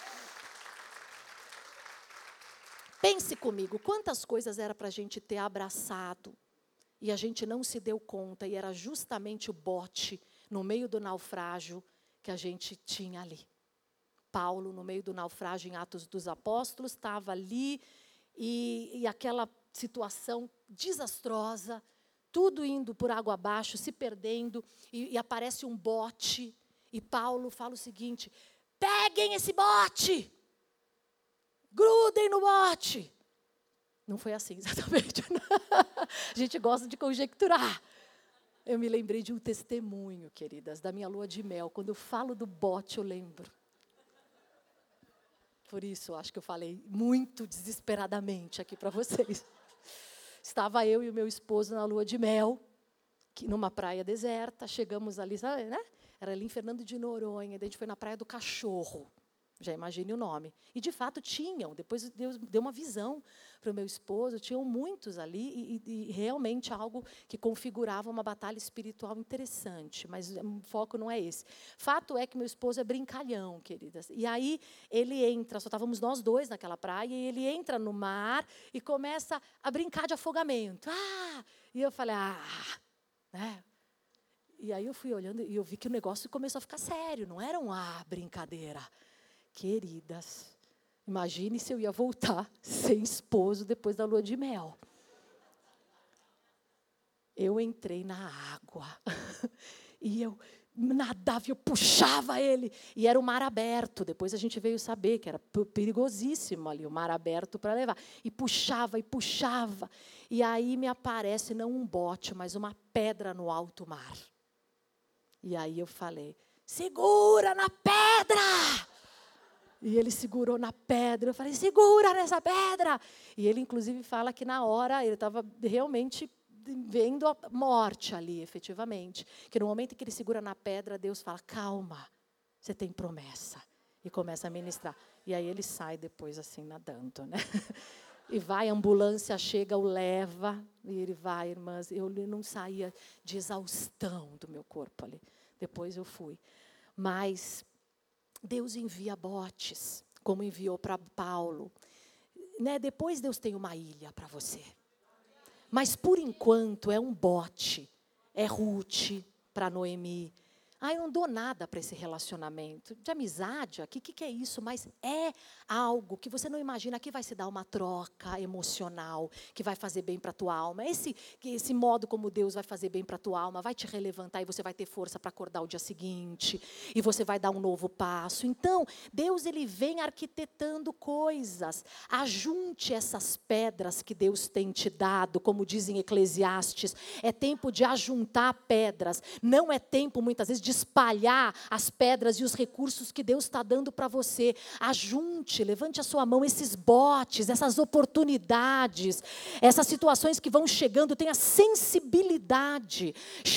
Pense comigo, quantas coisas era para a gente ter abraçado e a gente não se deu conta, e era justamente o bote no meio do naufrágio que a gente tinha ali. Paulo, no meio do naufrágio em Atos dos Apóstolos, estava ali e aquela situação desastrosa, tudo indo por água abaixo, se perdendo, e aparece um bote, e Paulo fala o seguinte: peguem esse bote, grudem no bote. Não foi assim exatamente. A gente gosta de conjecturar. Eu me lembrei de um testemunho, queridas, da minha lua de mel. Quando eu falo do bote, eu lembro. Por isso, acho que eu falei muito desesperadamente aqui para vocês. Estava eu e o meu esposo na lua de mel, numa praia deserta. Chegamos ali, sabe, né? Era ali em Fernando de Noronha. Daí a gente foi na Praia do Cachorro. Já imagine o nome. E, de fato, tinham. Depois Deus deu uma visão para o meu esposo. Tinham muitos ali e realmente algo que configurava uma batalha espiritual interessante. Mas o foco não é esse. Fato é que meu esposo é brincalhão, queridas. E aí ele entra, só estávamos nós dois naquela praia, e ele entra no mar e começa a brincar de afogamento. E eu falei, né? E aí eu fui olhando e eu vi que o negócio começou a ficar sério. Não era brincadeira. Queridas, imagine se eu ia voltar sem esposo depois da lua de mel. Eu entrei na água e eu nadava, eu puxava ele. E era o mar aberto. Depois a gente veio saber que era perigosíssimo ali, o mar aberto para levar. E puxava, e puxava. E aí me aparece não um bote, mas uma pedra no alto mar. E aí eu falei, segura na pedra! E ele segurou na pedra. Eu falei, segura nessa pedra! E ele, inclusive, fala que na hora ele estava realmente vendo a morte ali, efetivamente. Que no momento em que ele segura na pedra, Deus fala, calma, você tem promessa. E começa a ministrar. E aí ele sai depois assim, nadando, né? E vai, a ambulância chega, o leva. E ele vai, irmãs. Eu não saía de exaustão do meu corpo ali. Depois eu fui. Mas Deus envia botes, como enviou para Paulo. Né? Depois Deus tem uma ilha para você. Mas, por enquanto, é um bote. É Ruth para Noemi. Eu não dou nada para esse relacionamento. De amizade, o que é isso? Mas é algo que você não imagina que vai se dar uma troca emocional, que vai fazer bem para a tua alma. Esse modo como Deus vai fazer bem para a tua alma, vai te relevantar e você vai ter força para acordar o dia seguinte. E você vai dar um novo passo. Então, Deus ele vem arquitetando coisas. Ajunte essas pedras que Deus tem te dado, como dizem Eclesiastes. É tempo de ajuntar pedras. Não é tempo, muitas vezes, de espalhar as pedras e os recursos que Deus está dando para você. Ajunte, levante a sua mão, esses botes, essas oportunidades, essas situações que vão chegando, tenha sensibilidade,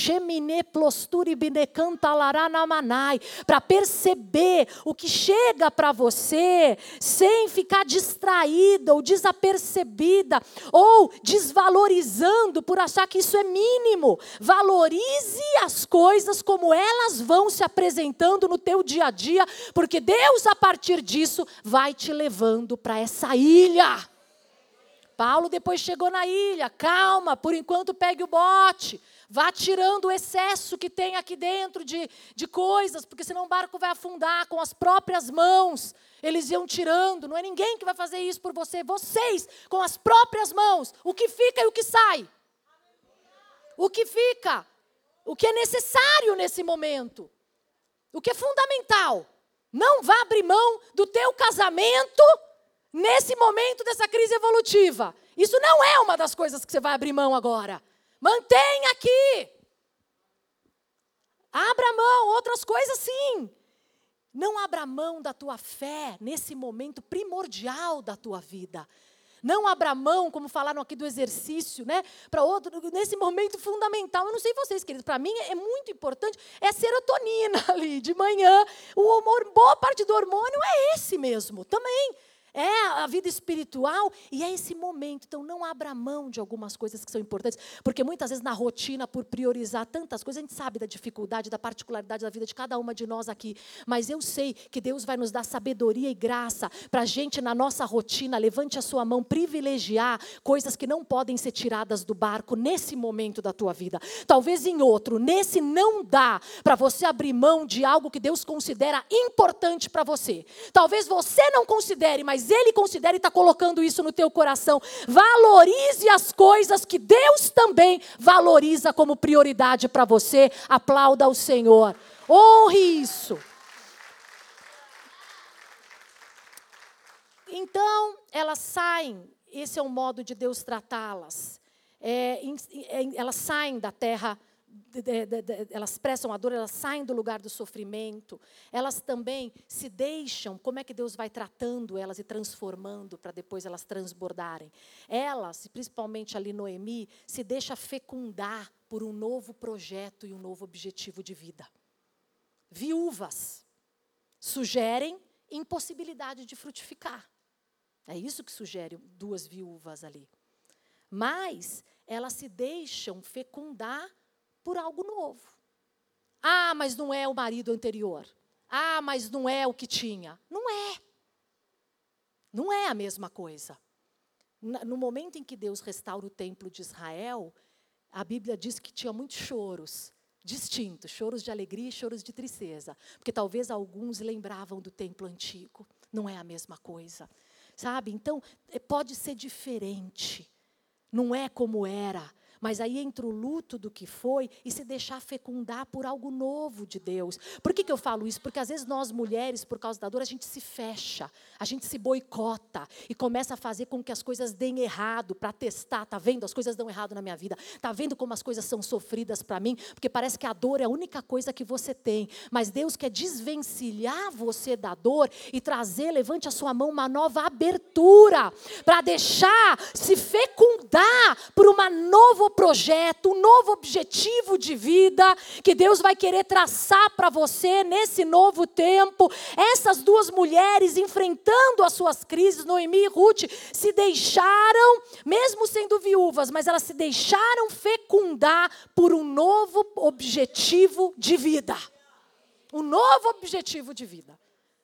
para perceber o que chega para você, sem ficar distraída ou desapercebida, ou desvalorizando por achar que isso é mínimo. Valorize as coisas como elas vão se apresentando no teu dia a dia, porque Deus, a partir disso, vai te levando para essa ilha. Paulo depois chegou na ilha, calma, por enquanto pegue o bote, vá tirando o excesso que tem aqui dentro de coisas, porque senão o barco vai afundar com as próprias mãos. Eles iam tirando, não é ninguém que vai fazer isso por você, vocês com as próprias mãos, o que fica e o que sai. O que fica, o que é necessário nesse momento, o que é fundamental. Não vá abrir mão do teu casamento nesse momento dessa crise evolutiva. Isso não é uma das coisas que você vai abrir mão agora. Mantenha aqui. Abra mão, outras coisas sim. Não abra mão da tua fé nesse momento primordial da tua vida. Não abra mão, como falaram aqui do exercício, né, para outro, nesse momento fundamental. Eu não sei vocês, queridos, para mim é muito importante, é a serotonina ali, de manhã. Boa parte do hormônio é esse mesmo, também. É a vida espiritual e é esse momento. Então, não abra mão de algumas coisas que são importantes, porque muitas vezes na rotina, por priorizar tantas coisas, a gente sabe da dificuldade, da particularidade da vida de cada uma de nós aqui. Mas eu sei que Deus vai nos dar sabedoria e graça para a gente, na nossa rotina, levante a sua mão, privilegiar coisas que não podem ser tiradas do barco nesse momento da tua vida. Talvez em outro, nesse não dá para você abrir mão de algo que Deus considera importante para você. Talvez você não considere, mas Ele considera e está colocando isso no teu coração. Valorize as coisas que Deus também valoriza como prioridade para você. Aplauda ao Senhor. Honre isso. Então, elas saem. Esse é o modo de Deus tratá-las. Elas saem da terra. Elas expressam a dor, elas saem do lugar do sofrimento, elas também se deixam, como é que Deus vai tratando elas e transformando para depois elas transbordarem? Elas, principalmente ali Noemi, se deixa fecundar por um novo projeto e um novo objetivo de vida. Viúvas sugerem impossibilidade de frutificar. É isso que sugere duas viúvas ali. Mas elas se deixam fecundar por algo novo. Mas não é o marido anterior. Mas não é o que tinha. Não é. Não é a mesma coisa. No momento em que Deus restaura o templo de Israel, a Bíblia diz que tinha muitos choros distintos, choros de alegria e choros de tristeza, porque talvez alguns lembravam do templo antigo. Não é a mesma coisa. Sabe? Então, pode ser diferente. Não é como era. Mas aí entra o luto do que foi e se deixar fecundar por algo novo de Deus. Por que eu falo isso? Porque às vezes nós mulheres, por causa da dor, a gente se fecha, a gente se boicota e começa a fazer com que as coisas deem errado para testar. Tá vendo? As coisas dão errado na minha vida. Tá vendo como as coisas são sofridas para mim? Porque parece que a dor é a única coisa que você tem. Mas Deus quer desvencilhar você da dor e trazer, levante a sua mão, uma nova abertura para deixar se fecundar por uma novo projeto, um novo objetivo de vida que Deus vai querer traçar para você nesse novo tempo. Essas duas mulheres enfrentando as suas crises, Noemi e Ruth, se deixaram, mesmo sendo viúvas, mas elas se deixaram fecundar por um novo objetivo de vida. Um novo objetivo de vida.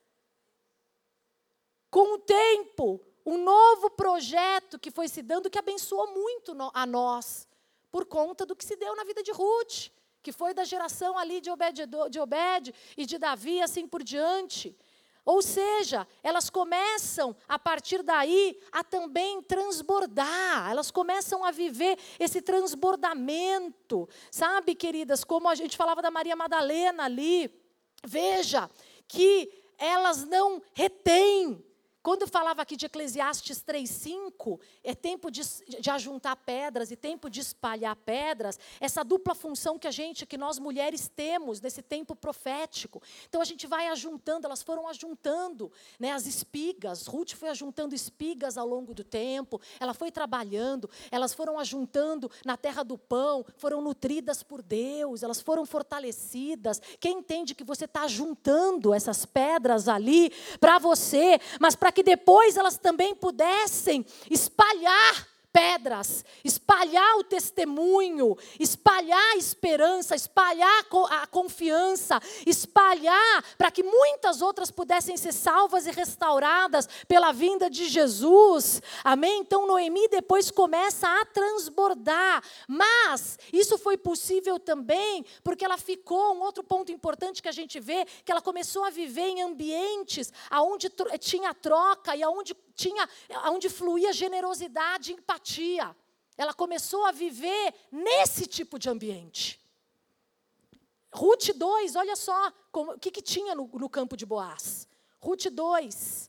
Com o tempo, um novo projeto que foi se dando, que abençoou muito a nós, por conta do que se deu na vida de Ruth, que foi da geração ali de Obed e de Davi, assim por diante. Ou seja, elas começam, a partir daí, a também transbordar. Elas começam a viver esse transbordamento. Sabe, queridas, como a gente falava da Maria Madalena ali. Veja que elas não retêm. Quando eu falava aqui de Eclesiastes 3:5, é tempo de ajuntar pedras e tempo de espalhar pedras, essa dupla função que nós mulheres temos nesse tempo profético. Então a gente vai ajuntando, elas foram ajuntando, né, as espigas. Ruth foi ajuntando espigas ao longo do tempo, ela foi trabalhando, elas foram ajuntando na terra do pão, foram nutridas por Deus, elas foram fortalecidas. Quem entende que você está juntando essas pedras ali para você, mas para que depois elas também pudessem espalhar pedras, espalhar o testemunho, espalhar a esperança, espalhar a confiança, espalhar para que muitas outras pudessem ser salvas e restauradas pela vinda de Jesus. Amém? Então Noemi depois começa a transbordar, mas isso foi possível também porque ela ficou, um outro ponto importante que a gente vê, que ela começou a viver em ambientes onde tinha troca e onde fluía generosidade e empatia. Ela começou a viver nesse tipo de ambiente. Ruth 2, olha só o que tinha no campo de Boaz. Ruth 2,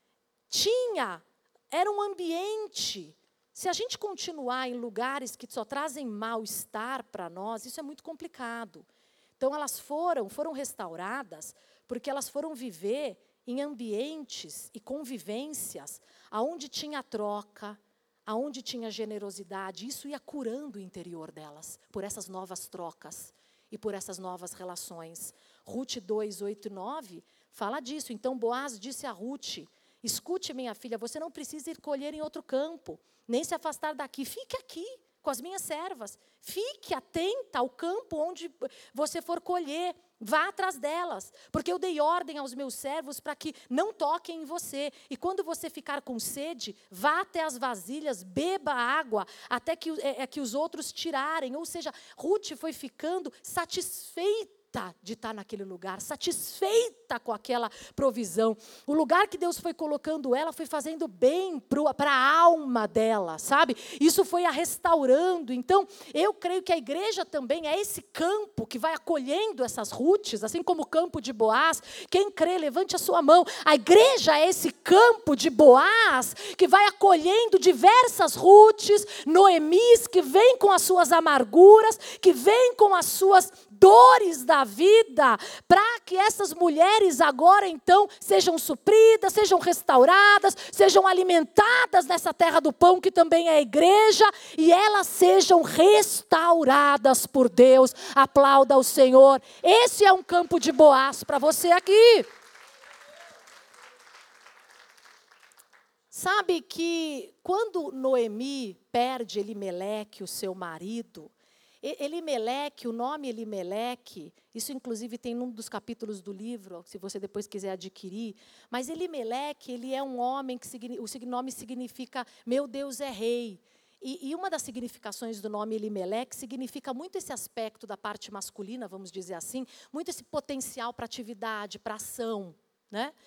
era um ambiente. Se a gente continuar em lugares que só trazem mal-estar para nós, isso é muito complicado. Então elas foram restauradas porque elas foram viver em ambientes e convivências aonde tinha troca, aonde tinha generosidade. Isso ia curando o interior delas, por essas novas trocas e por essas novas relações. Ruth 2, 8 e 9 fala disso. Então Boaz disse a Ruth: escute, minha filha, você não precisa ir colher em outro campo, nem se afastar daqui. Fique aqui com as minhas servas. Fique atenta ao campo onde você for colher. Vá atrás delas, porque eu dei ordem aos meus servos para que não toquem em você. E quando você ficar com sede, vá até as vasilhas, beba água, até que os outros tirarem. Ou seja, Ruth foi ficando satisfeita de estar naquele lugar, satisfeita com aquela provisão. O lugar que Deus foi colocando ela foi fazendo bem para a alma dela, sabe? Isso foi a restaurando. Então, eu creio que a igreja também é esse campo que vai acolhendo essas Ruths, assim como o campo de Boaz. Quem crê, levante a sua mão. A igreja é esse campo de Boaz que vai acolhendo diversas Ruths, Noemis, que vêm com as suas amarguras, que vêm com as suas dores da vida, para que essas mulheres agora então sejam supridas, sejam restauradas, sejam alimentadas nessa terra do pão que também é a igreja, e elas sejam restauradas por Deus. Aplauda o Senhor. Esse é um campo de Boaz para você aqui. Sabe que quando Noemi perde Elimeleque, o seu marido, Elimeleque, o nome Elimeleque, isso inclusive tem num dos capítulos do livro, se você depois quiser adquirir, mas Elimeleque, ele é um homem que o nome significa meu Deus é rei. E uma das significações do nome Elimeleque significa muito esse aspecto da parte masculina, vamos dizer assim, muito esse potencial para atividade, para ação, né?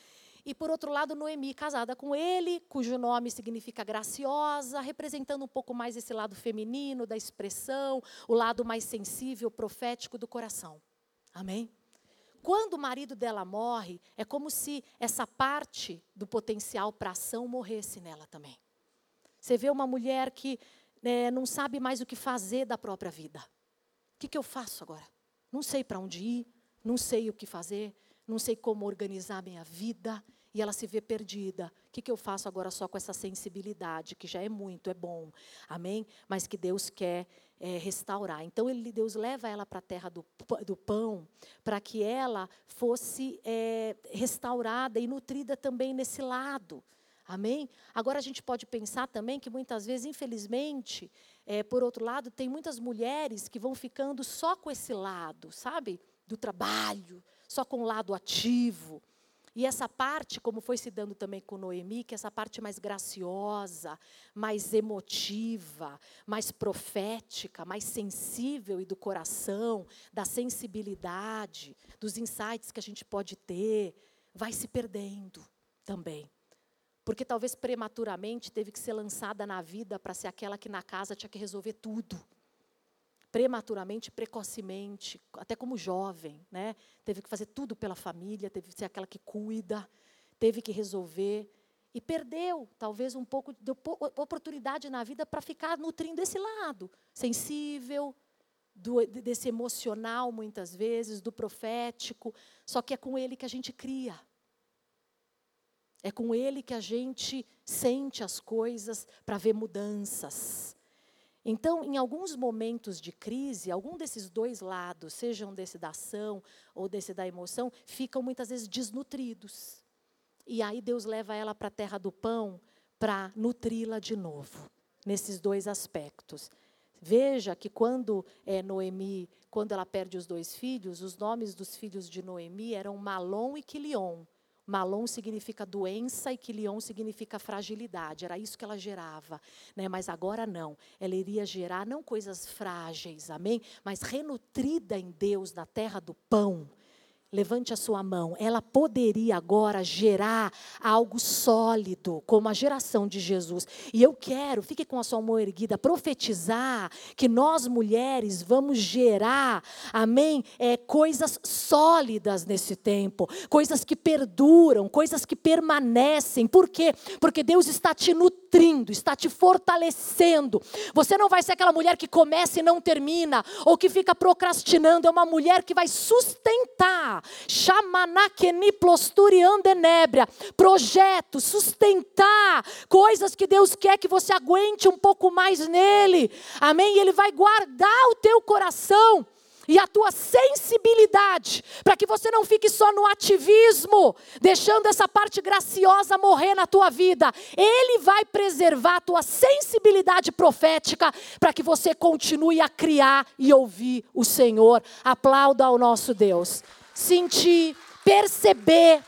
E, por outro lado, Noemi, casada com ele, cujo nome significa graciosa, representando um pouco mais esse lado feminino da expressão, o lado mais sensível, profético do coração. Amém? Quando o marido dela morre, é como se essa parte do potencial para ação morresse nela também. Você vê uma mulher que não sabe mais o que fazer da própria vida. O que eu faço agora? Não sei para onde ir, não sei o que fazer, não sei como organizar minha vida. E ela se vê perdida. O que eu faço agora só com essa sensibilidade, que já é muito, é bom, amém? Mas que Deus quer restaurar. Então, Deus leva ela para a terra do pão, para que ela fosse restaurada e nutrida também nesse lado. Amém? Agora, a gente pode pensar também que muitas vezes, infelizmente, por outro lado, tem muitas mulheres que vão ficando só com esse lado, sabe? Do trabalho, só com o lado ativo. E essa parte, como foi se dando também com Noemi, que é essa parte mais graciosa, mais emotiva, mais profética, mais sensível e do coração, da sensibilidade, dos insights que a gente pode ter, vai se perdendo também. Porque talvez prematuramente teve que ser lançada na vida para ser aquela que na casa tinha que resolver tudo. Prematuramente, precocemente, até como jovem, né? Teve que fazer tudo pela família, teve que ser aquela que cuida, teve que resolver. E perdeu, talvez, um pouco de oportunidade na vida para ficar nutrindo esse lado sensível, desse emocional, muitas vezes, do profético. Só que é com ele que a gente cria. É com ele que a gente sente as coisas para ver mudanças. Então, em alguns momentos de crise, algum desses dois lados, sejam desse da ação ou desse da emoção, ficam muitas vezes desnutridos. E aí Deus leva ela para a terra do pão para nutri-la de novo, nesses dois aspectos. Veja que quando Noemi, quando ela perde os dois filhos, os nomes dos filhos de Noemi eram Malom e Quilion. Malom significa doença e Quilion significa fragilidade. Era isso que ela gerava, né? Mas agora não. Ela iria gerar não coisas frágeis, amém? Mas renutrida em Deus, na terra do pão. Levante a sua mão. Ela poderia agora gerar algo sólido, como a geração de Jesus. E eu quero, fique com a sua mão erguida, profetizar que nós mulheres vamos gerar, amém, coisas sólidas nesse tempo. Coisas que perduram, coisas que permanecem. Por quê? Porque Deus está te nutrindo, está te fortalecendo. Você não vai ser aquela mulher que começa e não termina, ou que fica procrastinando. É uma mulher que vai sustentar. Projetos, sustentar coisas que Deus quer que você aguente um pouco mais nele, amém? E Ele vai guardar o teu coração e a tua sensibilidade, para que você não fique só no ativismo, deixando essa parte graciosa morrer na tua vida. Ele vai preservar a tua sensibilidade profética, para que você continue a criar e ouvir o Senhor. Aplauda ao nosso Deus. Sentir, perceber.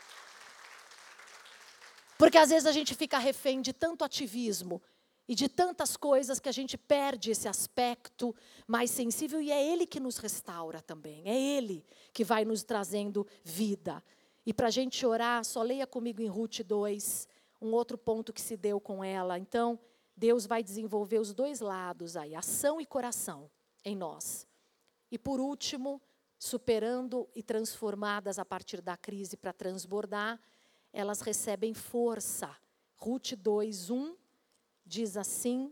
Porque às vezes a gente fica refém de tanto ativismo e de tantas coisas que a gente perde esse aspecto mais sensível, e é Ele que nos restaura também. É Ele que vai nos trazendo vida. E para a gente orar, só leia comigo em Ruth 2, um outro ponto que se deu com ela. Então, Deus vai desenvolver os dois lados aí, ação e coração em nós. E por último, superando e transformadas a partir da crise para transbordar, elas recebem força. Ruth 2, 1 diz assim,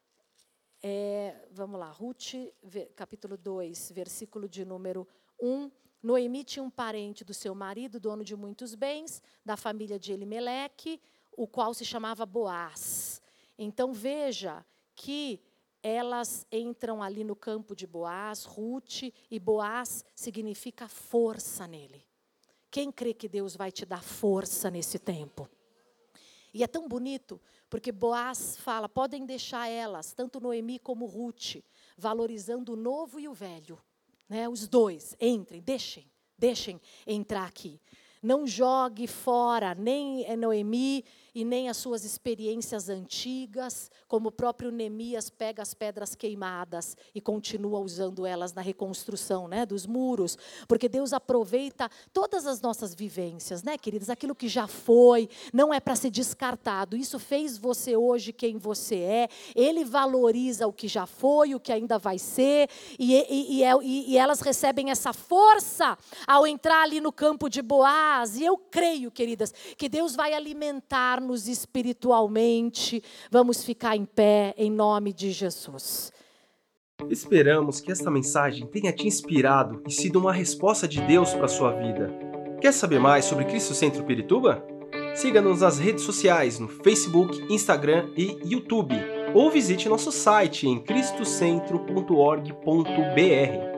vamos lá, Ruth, capítulo 2, versículo de número 1. Noemi tinha um parente do seu marido, dono de muitos bens, da família de Elimeleque, o qual se chamava Boaz. Então veja que elas entram ali no campo de Boaz, Ruth, e Boaz significa força nele. Quem crê que Deus vai te dar força nesse tempo? E é tão bonito, porque Boaz fala, podem deixar elas, tanto Noemi como Ruth, valorizando o novo e o velho. Né? Os dois, entrem, deixem entrar aqui. Não jogue fora nem Noemi e nem as suas experiências antigas, como o próprio Neemias pega as pedras queimadas e continua usando elas na reconstrução, né, dos muros, porque Deus aproveita todas as nossas vivências, né, queridas? Aquilo que já foi, não é para ser descartado. Isso fez você hoje quem você é. Ele valoriza o que já foi, o que ainda vai ser, e elas recebem essa força ao entrar ali no campo de Boaz. E eu creio, queridas, que Deus vai alimentar-nos espiritualmente. Vamos ficar em pé em nome de Jesus. Esperamos que esta mensagem tenha te inspirado e sido uma resposta de Deus para a sua vida. Quer saber mais sobre Cristo Centro Pirituba? Siga-nos nas redes sociais no Facebook, Instagram e YouTube, ou visite nosso site em cristocentro.org.br.